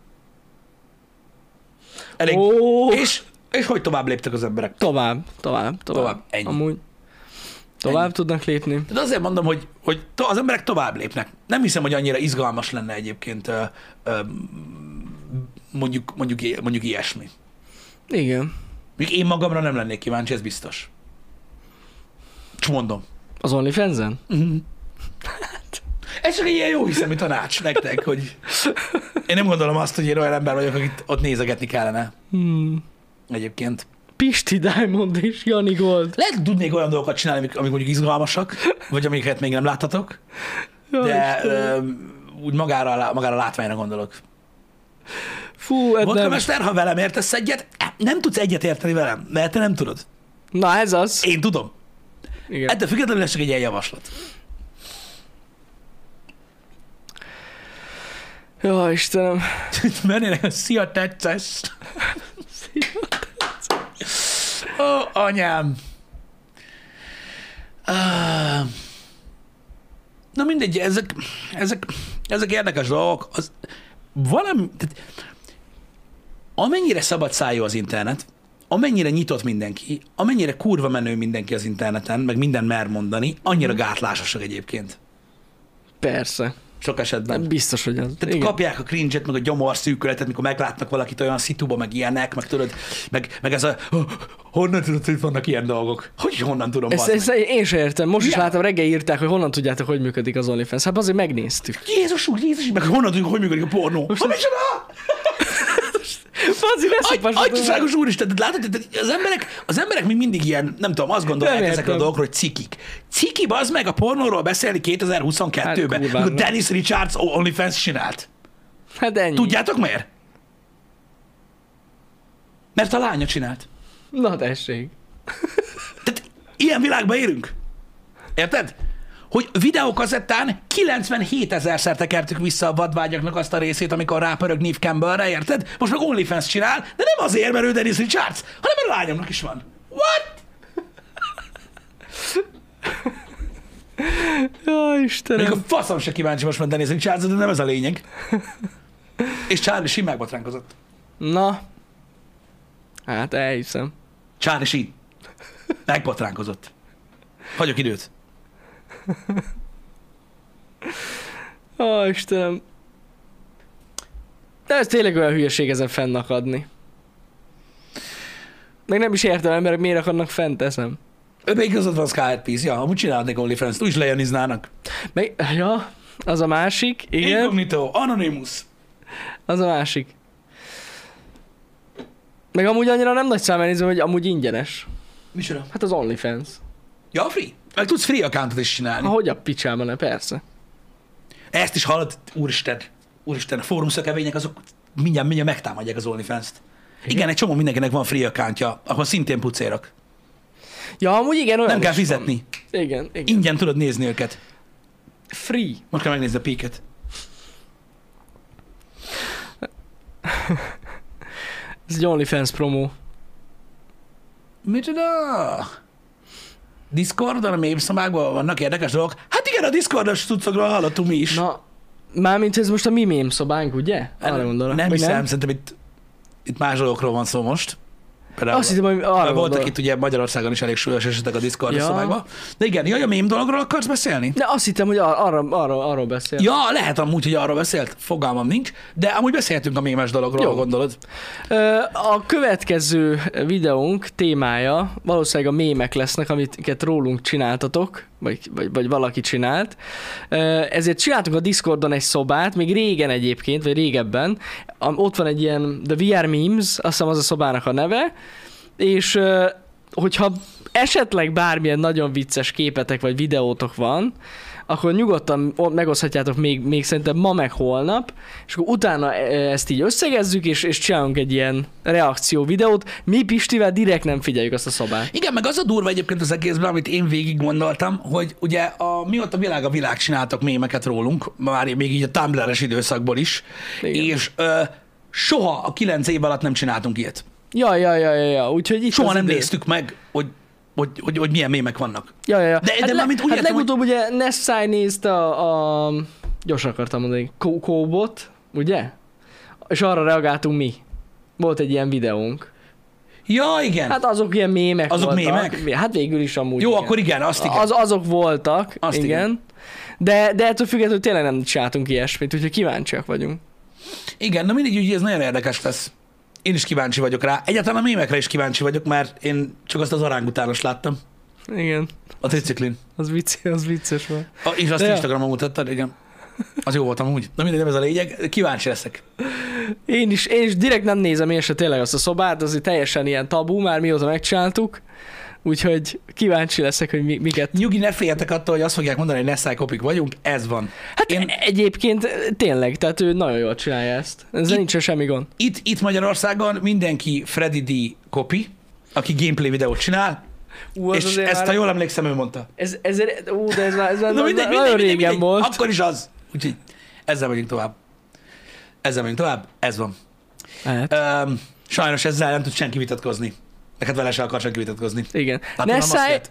Speaker 1: Elég.
Speaker 2: Ó,
Speaker 1: És, és hogy tovább léptek az emberek?
Speaker 2: tovább, tovább, tovább.
Speaker 1: Tovább, ennyi.
Speaker 2: Amúgy. Tovább
Speaker 1: Ennyi.
Speaker 2: tudnak lépni.
Speaker 1: De azért mondom, hogy, hogy to- az emberek tovább lépnek. Nem hiszem, hogy annyira izgalmas lenne egyébként ö, ö, mondjuk, mondjuk, i- mondjuk ilyesmi.
Speaker 2: Igen.
Speaker 1: Még én magamra nem lennék kíváncsi, ez biztos. Csak mondom.
Speaker 2: Az OnlyFans-en?
Speaker 1: Ez csak egy ilyen jó hiszemű tanács nektek, hogy én nem gondolom azt, hogy én olyan ember vagyok, akit ott nézegetni kellene
Speaker 2: Hmm.
Speaker 1: egyébként.
Speaker 2: Pisti Diamond és Jani Gold.
Speaker 1: Lehet, hogy tudnék olyan dolgokat csinálni, amik, amik mondjuk izgalmasak, vagy amiket még nem láthatok, de ö, úgy magára, a lá- magára a látványra gondolok.
Speaker 2: Fú, ez nem.
Speaker 1: Vodkamester, ha velem értesz egyet, nem tudsz egyet érteni velem, mert te nem tudod.
Speaker 2: Na ez az.
Speaker 1: Én tudom.
Speaker 2: Igen.
Speaker 1: Ettől függetlenül ez csak egy ilyen javaslat.
Speaker 2: Jó, Istenem.
Speaker 1: Mennének a szia tetszes. Ó, anyám. Ah. Na mindegy, ezek, ezek, ezek érdekes dolgok. Az, valami, tehát, amennyire szabad szájú az internet, amennyire nyitott mindenki, amennyire kurva menő mindenki az interneten, meg minden mer mondani, annyira gátlásosak egyébként.
Speaker 2: Persze.
Speaker 1: Sok esetben.
Speaker 2: Biztos, hogy az.
Speaker 1: Tehát
Speaker 2: Igen.
Speaker 1: kapják a cringe-et, meg a gyomorszűkületet, mikor meglátnak valakit olyan szituba, meg ilyenek, meg tudod, meg, meg ez a, oh, honnan tudod, hogy vannak ilyen dolgok? Hogy honnan tudom,
Speaker 2: Ezt,
Speaker 1: bazd
Speaker 2: ezt
Speaker 1: meg?
Speaker 2: én sem értem. Most is
Speaker 1: Ja.
Speaker 2: láttam, reggel írták, hogy honnan tudjátok, hogy működik az OnlyFans. Hát azért megnéztük.
Speaker 1: Jézus úr, Jézus, meg honnan tudjuk, hogy működik a pornó? Ha micsoda?
Speaker 2: Fazi, leszopasodom.
Speaker 1: Agysaságos úristen, tehát látod, tehát az emberek, az emberek még mindig ilyen, nem tudom, azt gondolják
Speaker 2: Nem
Speaker 1: ezekről a
Speaker 2: értem.
Speaker 1: dolgokról, hogy cikik. Ciki, bazd meg a pornóról beszélni kétezer-huszonkettőben,
Speaker 2: Hát, kurvára.
Speaker 1: amikor Dennis Richards OnlyFans csinált.
Speaker 2: Hát ennyi.
Speaker 1: Tudjátok miért? Mert a lánya csinált.
Speaker 2: Na tessék.
Speaker 1: Tehát ilyen világban élünk. Érted? Hogy videókazettán kilencvenhétezerszer tekertük vissza a vadvágyaknak azt a részét, amikor rápörög Neve Campbellre, érted? Most meg OnlyFans csinál, de nem azért, mert ő Dennis Richards, hanem mert a lányomnak is van. What?
Speaker 2: Jaj,
Speaker 1: Még
Speaker 2: Istenem.
Speaker 1: a faszom se kíváncsi most már Dennis Richards, de nem ez a lényeg. És Charlie Sheen megbotránkozott.
Speaker 2: Na. Hát elhiszem.
Speaker 1: Charlie Sheen. Megbotránkozott. Hagyok időt.
Speaker 2: Ó, Istenem. De ez tényleg olyan hülyeség ezen fennakadni. Meg nem is értem emberek, miért akarnak fent eszem.
Speaker 1: Ő még igazad van Skype Peace, ja, amúgy csinálhatnék OnlyFans-t, úgy is lejaniznának.
Speaker 2: Meg, ja, az a másik, igen.
Speaker 1: Incognito, Anonymous.
Speaker 2: Az a másik. Meg amúgy annyira nem nagy szám elnézve, hogy amúgy ingyenes.
Speaker 1: Micsoda?
Speaker 2: Hát az OnlyFans.
Speaker 1: Ja, free. Meg tudsz free accountot is csinálni.
Speaker 2: Ahogy a picsában, ne, persze.
Speaker 1: Ezt is hallod, úristen, úristen, a fórumszakevények azok mindjárt, mindjárt megtámadják az OnlyFans-t. Igen? Igen, egy csomó mindenkinek van free accountja, ahol szintén pucérok.
Speaker 2: Ja, amúgy igen, olyan
Speaker 1: Nem kell
Speaker 2: is
Speaker 1: fizetni.
Speaker 2: van. Igen, igen.
Speaker 1: Ingyen tudod nézni őket.
Speaker 2: Free.
Speaker 1: Most kell megnézni a péket.
Speaker 2: Ez egy OnlyFans promó.
Speaker 1: Micsoda? Discordon, a mémszobákban vannak érdekes dolgok? Hát igen, a Discordos cuccokról hallottunk mi is.
Speaker 2: Na, mármint ez most a mi mém szobánk, ugye? Arra gondolok.
Speaker 1: Nem
Speaker 2: Vagy
Speaker 1: hiszem, szerintem itt, itt más dolgokról van szó most. Például,
Speaker 2: azt hittem, hogy arra
Speaker 1: voltak
Speaker 2: gondolok.
Speaker 1: itt ugye Magyarországon is elég súlyos esetek a Discord
Speaker 2: Ja.
Speaker 1: szobákban. De igen, jaj, a mém dologról akarsz beszélni?
Speaker 2: De azt hittem, hogy ar- arra, arra, arról beszél.
Speaker 1: Ja, lehet amúgy, hogy arról beszélt, fogalmam nincs, de amúgy beszéltünk a mémes dologról,
Speaker 2: Jó.
Speaker 1: ha gondolod.
Speaker 2: Ö, A következő videónk témája valószínűleg a mémek lesznek, amiket rólunk csináltatok, vagy, vagy, vagy valaki csinált. Ö, Ezért csináltunk a Discordon egy szobát, még régen egyébként, vagy régebben. Am- Ott van egy ilyen The vé er Memes, azt hiszem az a szobának a neve, és ö, hogyha esetleg bármilyen nagyon vicces képetek vagy videótok van, akkor nyugodtan megoszthatjátok még, még szerintem ma meg holnap, és akkor utána ezt így összegezzük, és, és csinálunk egy ilyen reakció videót. Mi Pistivel direkt nem figyeljük azt a szobát.
Speaker 1: Igen, meg az a durva egyébként az egészben, amit én végig gondoltam, hogy ugye a, mióta világ a világ csináltak mémeket rólunk, már még így a Tumblr-es időszakból is,
Speaker 2: Igen.
Speaker 1: és ö, soha a kilenc év alatt nem csináltunk ilyet.
Speaker 2: Ja, ja, ja, ja, ja. Úgyhogy itt
Speaker 1: Soha
Speaker 2: az
Speaker 1: nem
Speaker 2: idő.
Speaker 1: néztük meg, hogy, hogy, hogy, hogy milyen mémek vannak.
Speaker 2: Ja, ja, ja.
Speaker 1: De- de
Speaker 2: hát,
Speaker 1: mármint úgy
Speaker 2: hát
Speaker 1: értem,
Speaker 2: legutóbb ugye Nessai nézte a, a... Gyorsan akartam mondani, Kó- Kóbot, ugye? És arra reagáltunk mi. Volt egy ilyen videónk.
Speaker 1: Ja, igen.
Speaker 2: Hát azok ilyen mémek
Speaker 1: Azok
Speaker 2: voltak.
Speaker 1: mémek?
Speaker 2: Hát végül is amúgy.
Speaker 1: Jó,
Speaker 2: igen.
Speaker 1: akkor igen, azt igen.
Speaker 2: Az, azok voltak,
Speaker 1: Azt
Speaker 2: igen.
Speaker 1: igen.
Speaker 2: De, de ettől függetlenül tényleg nem csináltunk ilyesmit, úgyhogy kíváncsiak vagyunk.
Speaker 1: Igen, na mindegy, úgy ez nagyon érdekes lesz. Én is kíváncsi vagyok rá. Egyáltalán a mémekre is kíváncsi vagyok, mert én csak azt az orángutánost láttam.
Speaker 2: Igen,
Speaker 1: A triciklin.
Speaker 2: az, vicc, az vicces volt.
Speaker 1: A, és azt
Speaker 2: De ja.
Speaker 1: Instagramon mutattad, igen. Az jó volt amúgy. Na mindegy, nem ez a lényeg. Kíváncsi leszek.
Speaker 2: Én is, én is direkt nem nézem én se tényleg azt a szobát, az teljesen ilyen tabu, már mióta megcsináltuk. Úgyhogy kíváncsi leszek, hogy mi, miket...
Speaker 1: Nyugi, ne féljetek attól, hogy azt fogják mondani, hogy Nessai kopik vagyunk. Ez van.
Speaker 2: Hát
Speaker 1: Én-
Speaker 2: én... egyébként tényleg, tehát ő nagyon jól csinálja ezt. Ezzel
Speaker 1: Itt-
Speaker 2: nincsen semmi gond.
Speaker 1: Itt, itt Magyarországon mindenki Freddy D. kopi, aki gameplay videót csinál,
Speaker 2: Ú, az
Speaker 1: és
Speaker 2: azért
Speaker 1: ezt,
Speaker 2: már-
Speaker 1: ha jól emlékszem, ő mondta.
Speaker 2: Ez, ez, ú, de ez, már- ez már
Speaker 1: Na mindegy,
Speaker 2: nagyon
Speaker 1: mindegy,
Speaker 2: régen
Speaker 1: mindegy,
Speaker 2: volt.
Speaker 1: Akkor is az. Úgyhogy ezzel megyünk tovább. Ezzel megyünk tovább. Ez van.
Speaker 2: Hát,
Speaker 1: Um, sajnos ezzel nem tud senki vitatkozni. Neked vele se akar senki vitatkozni.
Speaker 2: igen.
Speaker 1: Látom, nem azt
Speaker 2: Nessai,
Speaker 1: lehet.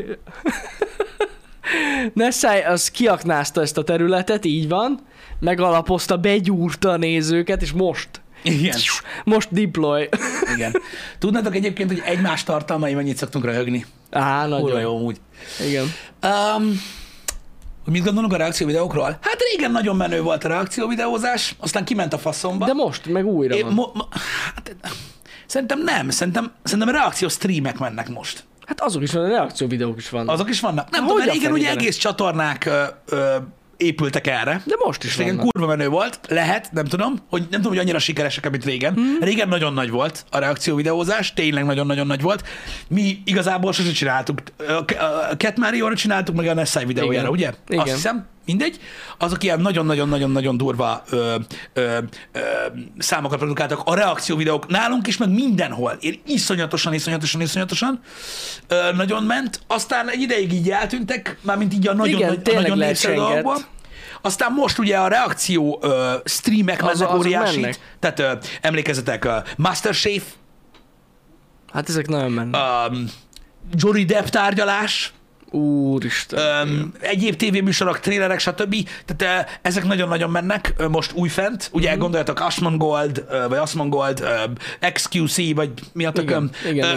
Speaker 2: Nessai az kiaknázta ezt a területet, így van, megalapozta, begyúrta a nézőket, és most,
Speaker 1: Igen.
Speaker 2: most deploy.
Speaker 1: Igen. Tudnátok egyébként, hogy egymás tartalmai mennyit szoktunk röhögni?
Speaker 2: Á,
Speaker 1: Kurva
Speaker 2: nagyon.
Speaker 1: jó amúgy.
Speaker 2: Igen.
Speaker 1: Um, hogy mit gondolunk a reakció videókról? Hát régen nagyon menő volt a reakció videózás, aztán kiment a faszomba.
Speaker 2: De most, meg újra
Speaker 1: Én,
Speaker 2: van.
Speaker 1: mo, mo, hát, szerintem nem, szerintem, szerintem reakció streamek mennek most.
Speaker 2: Hát azok is van, a reakció videók is vannak.
Speaker 1: Azok is vannak. Nem
Speaker 2: Hogy
Speaker 1: tudom, mert
Speaker 2: a
Speaker 1: régen ugye
Speaker 2: fenében?
Speaker 1: egész csatornák ö, ö, épültek erre.
Speaker 2: De most is
Speaker 1: És régen
Speaker 2: vannak.
Speaker 1: kurva menő volt, lehet, nem tudom, hogy nem tudom, hogy annyira sikeresek, mint régen.
Speaker 2: Mhm.
Speaker 1: Mm. Régen nagyon nagy volt a reakció videózás, tényleg nagyon-nagyon nagy volt. Mi igazából sose csináltuk. A Cat Mario-ra csináltuk, meg a Nessai videójára,
Speaker 2: Igen.
Speaker 1: ugye?
Speaker 2: Igen.
Speaker 1: Azt hiszem, mindegy. Azok ilyen nagyon-nagyon-nagyon-nagyon durva ö, ö, ö, számokat produkáltak. A reakció videók nálunk is, meg mindenhol. Én iszonyatosan, iszonyatosan, iszonyatosan ö, nagyon ment. Aztán egy ideig így eltűntek, mármint így a nagyon,
Speaker 2: Igen,
Speaker 1: nagy, a
Speaker 2: tényleg
Speaker 1: nagyon népszerű
Speaker 2: lecsengett.
Speaker 1: dolgokban. Aztán most ugye a reakció ö, streamek
Speaker 2: Az-
Speaker 1: mennek
Speaker 2: azok
Speaker 1: óriásit.
Speaker 2: mennek.
Speaker 1: Tehát ö, emlékezzetek, ö, Masterchef,
Speaker 2: Hát ezek nagyon mennek.
Speaker 1: um, Johnny Depp tárgyalás,
Speaker 2: Úristen.
Speaker 1: um, egyéb tévéműsorok, trélerek, stb. Tehát ö, ezek nagyon-nagyon mennek ö, most újfent. Ugye mm. gondoljatok Asmongold, ö, vagy Asmongold, ö, X Q C, vagy mi a tököm.
Speaker 2: Igen, igen,
Speaker 1: Ö,
Speaker 2: igen.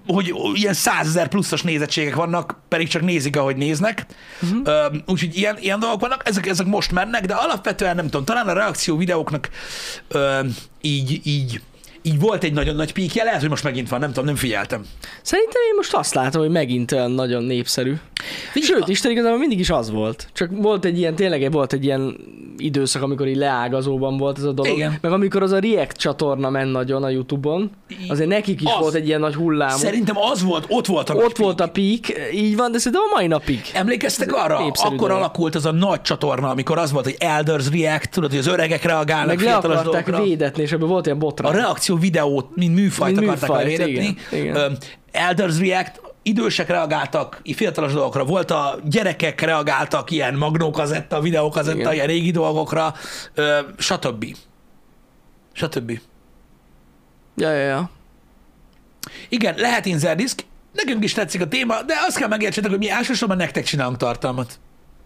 Speaker 1: hogy ilyen százezer pluszos nézettségek vannak, pedig csak nézik, ahogy néznek. Uh-huh. Úgyhogy ilyen, ilyen dolgok vannak, ezek, ezek most mennek, de alapvetően nem tudom, talán a reakció videóknak ö, így, így, így volt egy nagyon nagy píkje, lehet, hogy most megint van, nem tudom, nem figyeltem.
Speaker 2: Szerintem én most azt látom, hogy megint olyan nagyon népszerű. Sőt, Isten igazából mindig is az volt. Csak volt egy ilyen, tényleg volt egy ilyen időszak, amikor így leágazóban volt ez a dolog.
Speaker 1: Igen.
Speaker 2: Meg amikor az a React csatorna ment nagyon a YouTube-on, azért nekik is
Speaker 1: az,
Speaker 2: volt egy ilyen nagy hullám.
Speaker 1: Szerintem az volt, ott volt a
Speaker 2: Ott volt a peak, így van, de szerintem a mai napig.
Speaker 1: Emlékeztek arra? Akkor
Speaker 2: dolog.
Speaker 1: alakult az a nagy csatorna, amikor az volt, hogy Elders React, tudod, hogy az öregek reagálnak
Speaker 2: meg le
Speaker 1: fiatalos
Speaker 2: akarták
Speaker 1: dolgokra.
Speaker 2: védetni, és ebből volt ilyen botrány.
Speaker 1: A reakció videót, mint műfajt
Speaker 2: Mint
Speaker 1: akarták
Speaker 2: műfajt,
Speaker 1: levédetni.
Speaker 2: igen, igen.
Speaker 1: Elders React, idősek reagáltak fiatalos dolgokra, volt a gyerekek reagáltak ilyen magnókazetta, videókazetta,
Speaker 2: Igen.
Speaker 1: ilyen régi dolgokra, ö, stb. Stb.
Speaker 2: Ja, ja, ja.
Speaker 1: Igen, lehet inzerdiszk, nekünk is tetszik a téma, de azt kell megértsetek, hogy mi elsősorban nektek csinálunk tartalmat.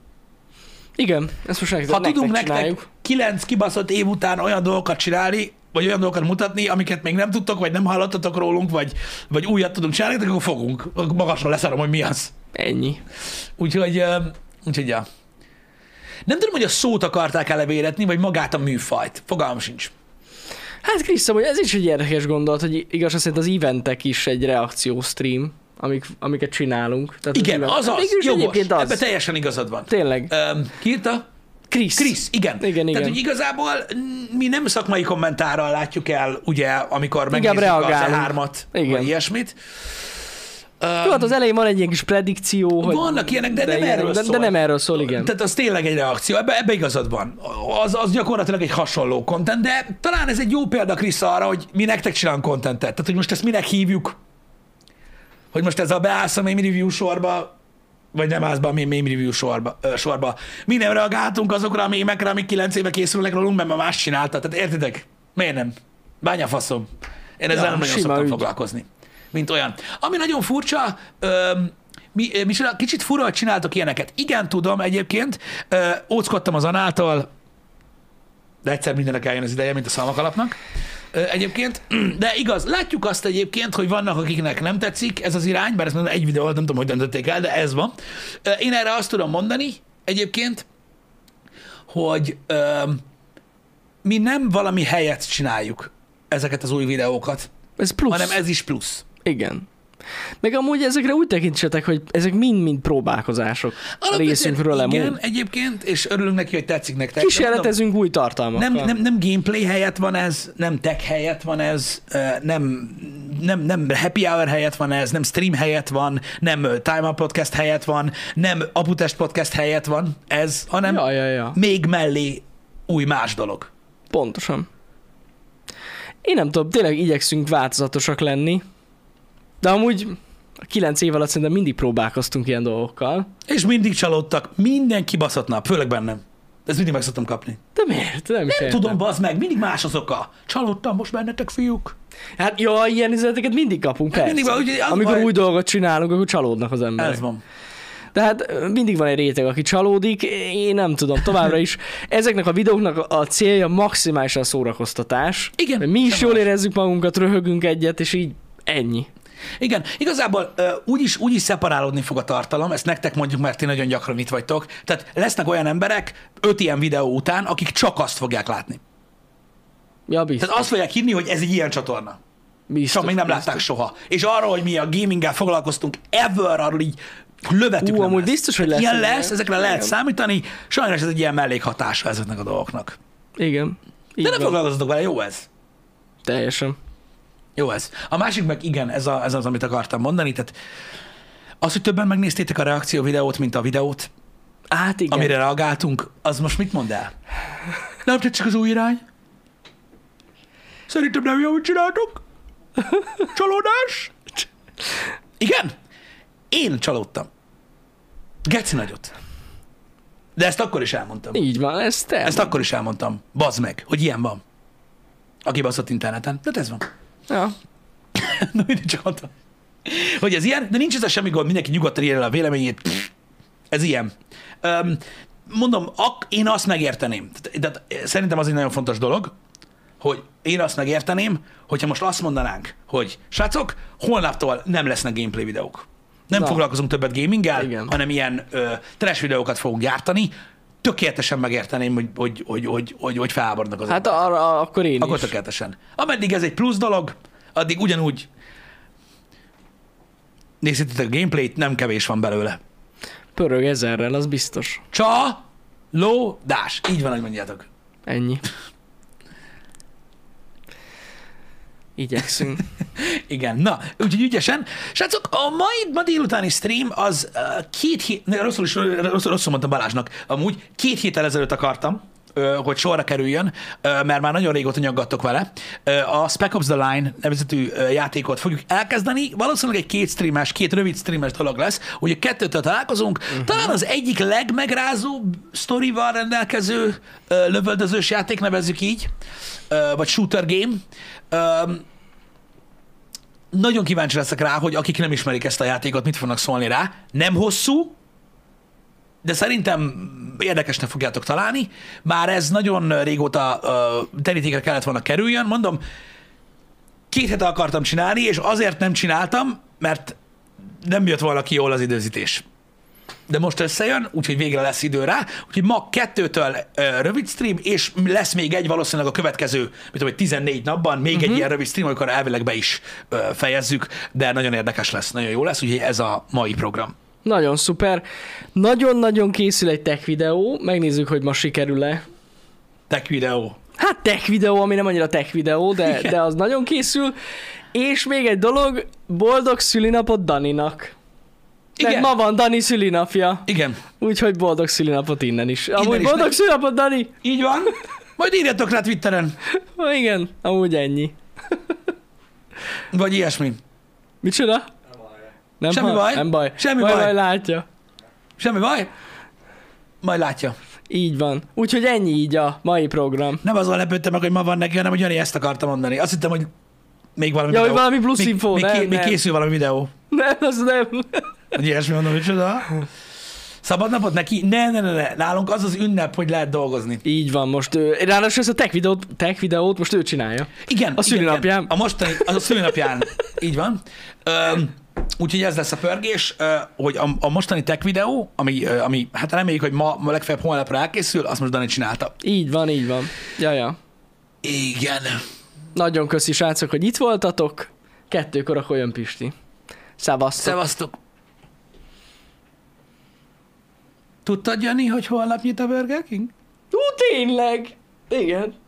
Speaker 2: Igen, ezt most nektek,
Speaker 1: Ha tudunk
Speaker 2: nektek
Speaker 1: nektek
Speaker 2: csináljuk.
Speaker 1: kilenc kibaszott év után olyan dolgokat csinálni, vagy olyan dolgokat mutatni, amiket még nem tudtok, vagy nem hallottatok rólunk, vagy, vagy újat tudunk csinálni, akkor fogunk. Magasra leszarom, hogy mi az.
Speaker 2: Ennyi.
Speaker 1: Úgyhogy, ö, úgyhogy ja. Nem tudom, hogy a szót akarták elevéretni, vagy magát a műfajt. Fogalmam sincs.
Speaker 2: Hát Kriszta, hogy ez is egy érdekes gondolat, hogy igazság szerint az eventek is egy reakció stream, amik, amiket csinálunk. Tehát
Speaker 1: Igen,
Speaker 2: az,
Speaker 1: az az,
Speaker 2: Végülis
Speaker 1: jogos.
Speaker 2: egyébként az.
Speaker 1: Ebben teljesen igazad van.
Speaker 2: Tényleg.
Speaker 1: Um, ki írta?
Speaker 2: Krisz.
Speaker 1: Krisz, igen.
Speaker 2: Igen, igen.
Speaker 1: Tehát, hogy igazából mm, mi nem szakmai kommentárral látjuk el, ugye, amikor
Speaker 2: Inkább
Speaker 1: megnézzük az E
Speaker 2: reagálunk.
Speaker 1: hármat,
Speaker 2: Igen.
Speaker 1: vagy ilyesmit. Um,
Speaker 2: Jó, hát az elején van egy ilyen kis predikció, hogy...
Speaker 1: vannak ilyenek, de, de nem
Speaker 2: ilyen,
Speaker 1: erről
Speaker 2: de,
Speaker 1: szól.
Speaker 2: de nem erről szól, igen.
Speaker 1: Tehát az tényleg egy reakció, ebbe, ebbe igazad van. Az, az gyakorlatilag egy hasonló content, de talán ez egy jó példa, Krisz, arra, hogy mi nektek csinálunk contentet. Tehát, hogy most ezt minek hívjuk, hogy most ez a beállsz a meme review sorba, vagy nem állsz be a meme review sorba, ö, sorba. Mi nem reagáltunk azokra a mémekre, amik kilenc éve készülnek rólunk, mert ma más csinálta. Tehát értitek? Miért nem? Bányafaszom. Én ezzel
Speaker 2: Ja,
Speaker 1: nem nagyon
Speaker 2: sima
Speaker 1: szoktam
Speaker 2: ügy.
Speaker 1: foglalkozni, mint olyan. Ami nagyon furcsa, öm, mi, mi csinál, kicsit fura, hogy csináltok ilyeneket. Igen, tudom egyébként, ö, óckodtam az Anától, de egyszer mindenek eljön az ideje, mint a szalmakalapnak. Ö, egyébként, de igaz, látjuk azt egyébként, hogy vannak, akiknek nem tetszik ez az irány, bár ezt mondom, egy videó, nem tudom, hogy döntötték el, de ez van. Ö, én erre azt tudom mondani egyébként, hogy ö, mi nem valami helyet csináljuk ezeket az új videókat,
Speaker 2: Ez plusz.
Speaker 1: hanem ez is plusz.
Speaker 2: Igen. Meg amúgy ezekre úgy tekintsetek, hogy ezek mind-mind próbálkozások a részünkről
Speaker 1: igen,
Speaker 2: amúgy.
Speaker 1: egyébként, és örülünk neki, hogy tetszik nektek.
Speaker 2: Kísérletezünk új tartalmakkal.
Speaker 1: Nem, nem, nem gameplay helyett van ez, nem tech helyett van ez, nem, nem, nem happy hour helyett van ez, nem stream helyett van, nem Time Up Podcast helyett van, nem Aputest Podcast helyett van ez, hanem
Speaker 2: Ja, ja, ja.
Speaker 1: még mellé új más dolog.
Speaker 2: Pontosan. Én nem tudom, tényleg igyekszünk változatosak lenni, de amúgy a kilenc év alatt szerintem mindig próbálkoztunk ilyen dolgokkal.
Speaker 1: És mindig csalódtak, minden kibaszott nap, főleg bennem. Ezt mindig meg szoktam kapni.
Speaker 2: De miért? Nem, is
Speaker 1: Nem
Speaker 2: értem.
Speaker 1: tudom, bazd meg, mindig más az oka. Csalódtam most bennetek, fiúk.
Speaker 2: Hát jó, ilyen üzeneteket mindig kapunk, persze.
Speaker 1: mindig van, úgyhogy az
Speaker 2: Amikor
Speaker 1: baj-
Speaker 2: új dolgot csinálunk, akkor csalódnak az emberek.
Speaker 1: Ez van.
Speaker 2: Tehát ö, mindig van egy réteg, aki csalódik, én nem tudom, továbbra is. Ezeknek a videóknak a célja maximálisan szórakoztatás.
Speaker 1: Igen,
Speaker 2: Hogy mi is
Speaker 1: sem
Speaker 2: jól
Speaker 1: más.
Speaker 2: érezzük magunkat, röhögünk egyet, és így ennyi.
Speaker 1: Igen, igazából uh, úgyis, úgyis szeparálódni fog a tartalom, ezt nektek mondjuk, mert ti nagyon gyakran itt vagytok. Tehát lesznek olyan emberek öt ilyen videó után, akik csak azt fogják látni.
Speaker 2: Ja, biztos.
Speaker 1: Tehát azt fogják hinni, hogy ez egy ilyen csatorna.
Speaker 2: biztos,
Speaker 1: Csak még nem
Speaker 2: biztos.
Speaker 1: látták soha. És arról, hogy mi a gaminggel foglalkoztunk ever, arról így lövetük
Speaker 2: Ú,
Speaker 1: nem
Speaker 2: amúgy
Speaker 1: lesz.
Speaker 2: biztos, hogy
Speaker 1: Tehát
Speaker 2: lesz
Speaker 1: ilyen
Speaker 2: ilyen.
Speaker 1: lesz, ezekre lehet
Speaker 2: Igen.
Speaker 1: számítani. Sajnos ez egy ilyen mellékhatása ezeknek a dolgoknak.
Speaker 2: Igen. Így
Speaker 1: De nem
Speaker 2: van.
Speaker 1: foglalkozzatok vele, jó ez.
Speaker 2: Teljesen.
Speaker 1: Jó ez. A másik meg igen, ez, a, ez az, amit akartam mondani. Tehát az, hogy többen megnéztétek a reakció videót, mint a videót,
Speaker 2: Hát igen.
Speaker 1: amire reagáltunk, az most mit mond el? Nem tetszik az új irány? Szerintem nem jó, hogy csináltok? Csalódás? Igen? Én csalódtam. Geci nagyot. De ezt akkor is elmondtam.
Speaker 2: Így van, ez te.
Speaker 1: Ezt akkor is elmondtam. Bazd meg, hogy ilyen van. Aki baszott interneten. De ez van.
Speaker 2: Ja.
Speaker 1: Na, mindig csak mondtam. Hogy ez ilyen, de nincs ez a semmi gond, mindenki nyugodtan írja el a véleményét. Pff, ez ilyen. Öm, mondom, ak, én azt megérteném. Tehát, tehát szerintem az egy nagyon fontos dolog, hogy én azt megérteném, hogyha most azt mondanánk, hogy srácok, holnaptól nem lesznek gameplay videók. Nem
Speaker 2: Na.
Speaker 1: foglalkozunk többet gaminggel,
Speaker 2: Igen.
Speaker 1: hanem ilyen ö, trash videókat fogunk gyártani. Tökéletesen megérteném, hogy, hogy, hogy, hogy, hogy, hogy felháborodnak az
Speaker 2: Hát
Speaker 1: emberek.
Speaker 2: arra, akkor én
Speaker 1: Akkor
Speaker 2: is.
Speaker 1: tökéletesen. Ameddig ez egy plusz dolog, addig ugyanúgy nézzétek a gameplayt, nem kevés van belőle.
Speaker 2: Pörög ezerrel, az biztos.
Speaker 1: Csa, ló, dás. Így van, hogy mondjátok.
Speaker 2: Ennyi. Igyekszünk.
Speaker 1: Igen, na, úgyhogy ügyesen. Srácok, a mai, ma délutáni stream az uh, két hét, ne, rosszul, is, rosszul, rosszul mondtam Balázsnak, amúgy két héttel ezelőtt akartam, uh, hogy sorra kerüljön, uh, mert már nagyon régóta nyaggattok vele. Uh, a Spec Ops The Line nevezetű uh, játékot fogjuk elkezdeni. Valószínűleg egy két streames, két rövid streames dolog lesz, hogy a kettőtől találkozunk. Uh-huh. Talán az egyik legmegrázóbb sztorival rendelkező uh, lövöldözős játék, nevezzük így, uh, vagy shooter game. Um, nagyon kíváncsi leszek rá, hogy akik nem ismerik ezt a játékot, mit fognak szólni rá. Nem hosszú, de szerintem érdekesnek fogjátok találni. Már ez nagyon régóta uh, terítékre kellett volna kerüljön. Mondom, két hete akartam csinálni, és azért nem csináltam, mert nem jött volna ki jól az időzítés. De most összejön, úgyhogy végre lesz idő rá. Úgyhogy ma kettőtől uh, rövid stream, és lesz még egy valószínűleg a következő, mit tudom, tizennégy napban, még uh-huh. egy ilyen rövid stream, amikor elvileg be is uh, fejezzük, de nagyon érdekes lesz, nagyon jó lesz, úgyhogy ez a mai program.
Speaker 2: Nagyon szuper. Nagyon-nagyon készül egy tech videó. Megnézzük, hogy ma sikerül-e.
Speaker 1: Tech videó.
Speaker 2: Hát tech videó, ami nem annyira tech videó, de, de az nagyon készül. És még egy dolog, boldog szülinapot Daninak.
Speaker 1: Igen.
Speaker 2: Mert ma van Dani szülinapja.
Speaker 1: Igen.
Speaker 2: Úgyhogy boldog szülinapot innen is.
Speaker 1: Innen
Speaker 2: Amúgy
Speaker 1: is
Speaker 2: boldog
Speaker 1: neki.
Speaker 2: szülinapot, Dani!
Speaker 1: Így van. Majd írjatok rá Twitteren.
Speaker 2: Igen, amúgy ennyi.
Speaker 1: Vagy ilyesmi.
Speaker 2: Micsoda? Nem
Speaker 1: Semmi
Speaker 2: hall?
Speaker 1: baj.
Speaker 2: Nem baj.
Speaker 1: Semmi
Speaker 2: majd,
Speaker 1: baj.
Speaker 2: Majd látja.
Speaker 1: Semmi baj? Majd látja.
Speaker 2: Így van. Úgyhogy ennyi így a mai program.
Speaker 1: Nem azon lepődtem meg, hogy ma van neki, hanem hogy Jani ezt akarta mondani. Azt hittem, hogy még valami
Speaker 2: Ja, hogy
Speaker 1: videó.
Speaker 2: valami plusz
Speaker 1: még,
Speaker 2: info.
Speaker 1: még,
Speaker 2: Nem,
Speaker 1: ké- még
Speaker 2: nem.
Speaker 1: készül valami videó.
Speaker 2: Nem, az nem.
Speaker 1: Hogy ilyesmi mondom, hogy csoda. Szabad napot neki? Ne, ne, ne, ne. Nálunk az az ünnep, hogy lehet dolgozni.
Speaker 2: Így van, most ő, ráadásul ezt a tech videót, tech videót most ő csinálja.
Speaker 1: Igen.
Speaker 2: A szülinapján.
Speaker 1: Igen. A mostani, az a szülinapján. Így van. Öm, úgyhogy ez lesz a pörgés, ö, hogy a, a mostani tech videó, ami, ö, ami hát reméljük, hogy ma, ma legfeljebb holnapra elkészül, azt most Dani csinálta.
Speaker 2: Így van, így van. Jaja.
Speaker 1: Igen.
Speaker 2: Nagyon köszi, srácok, hogy itt voltatok. Kettőkor akkor jön Pisti. Szevasztok.
Speaker 1: Szevasztok. Tudtad, Jani, hogy holnap nyit a Burger King?
Speaker 2: Ú, tényleg! Igen.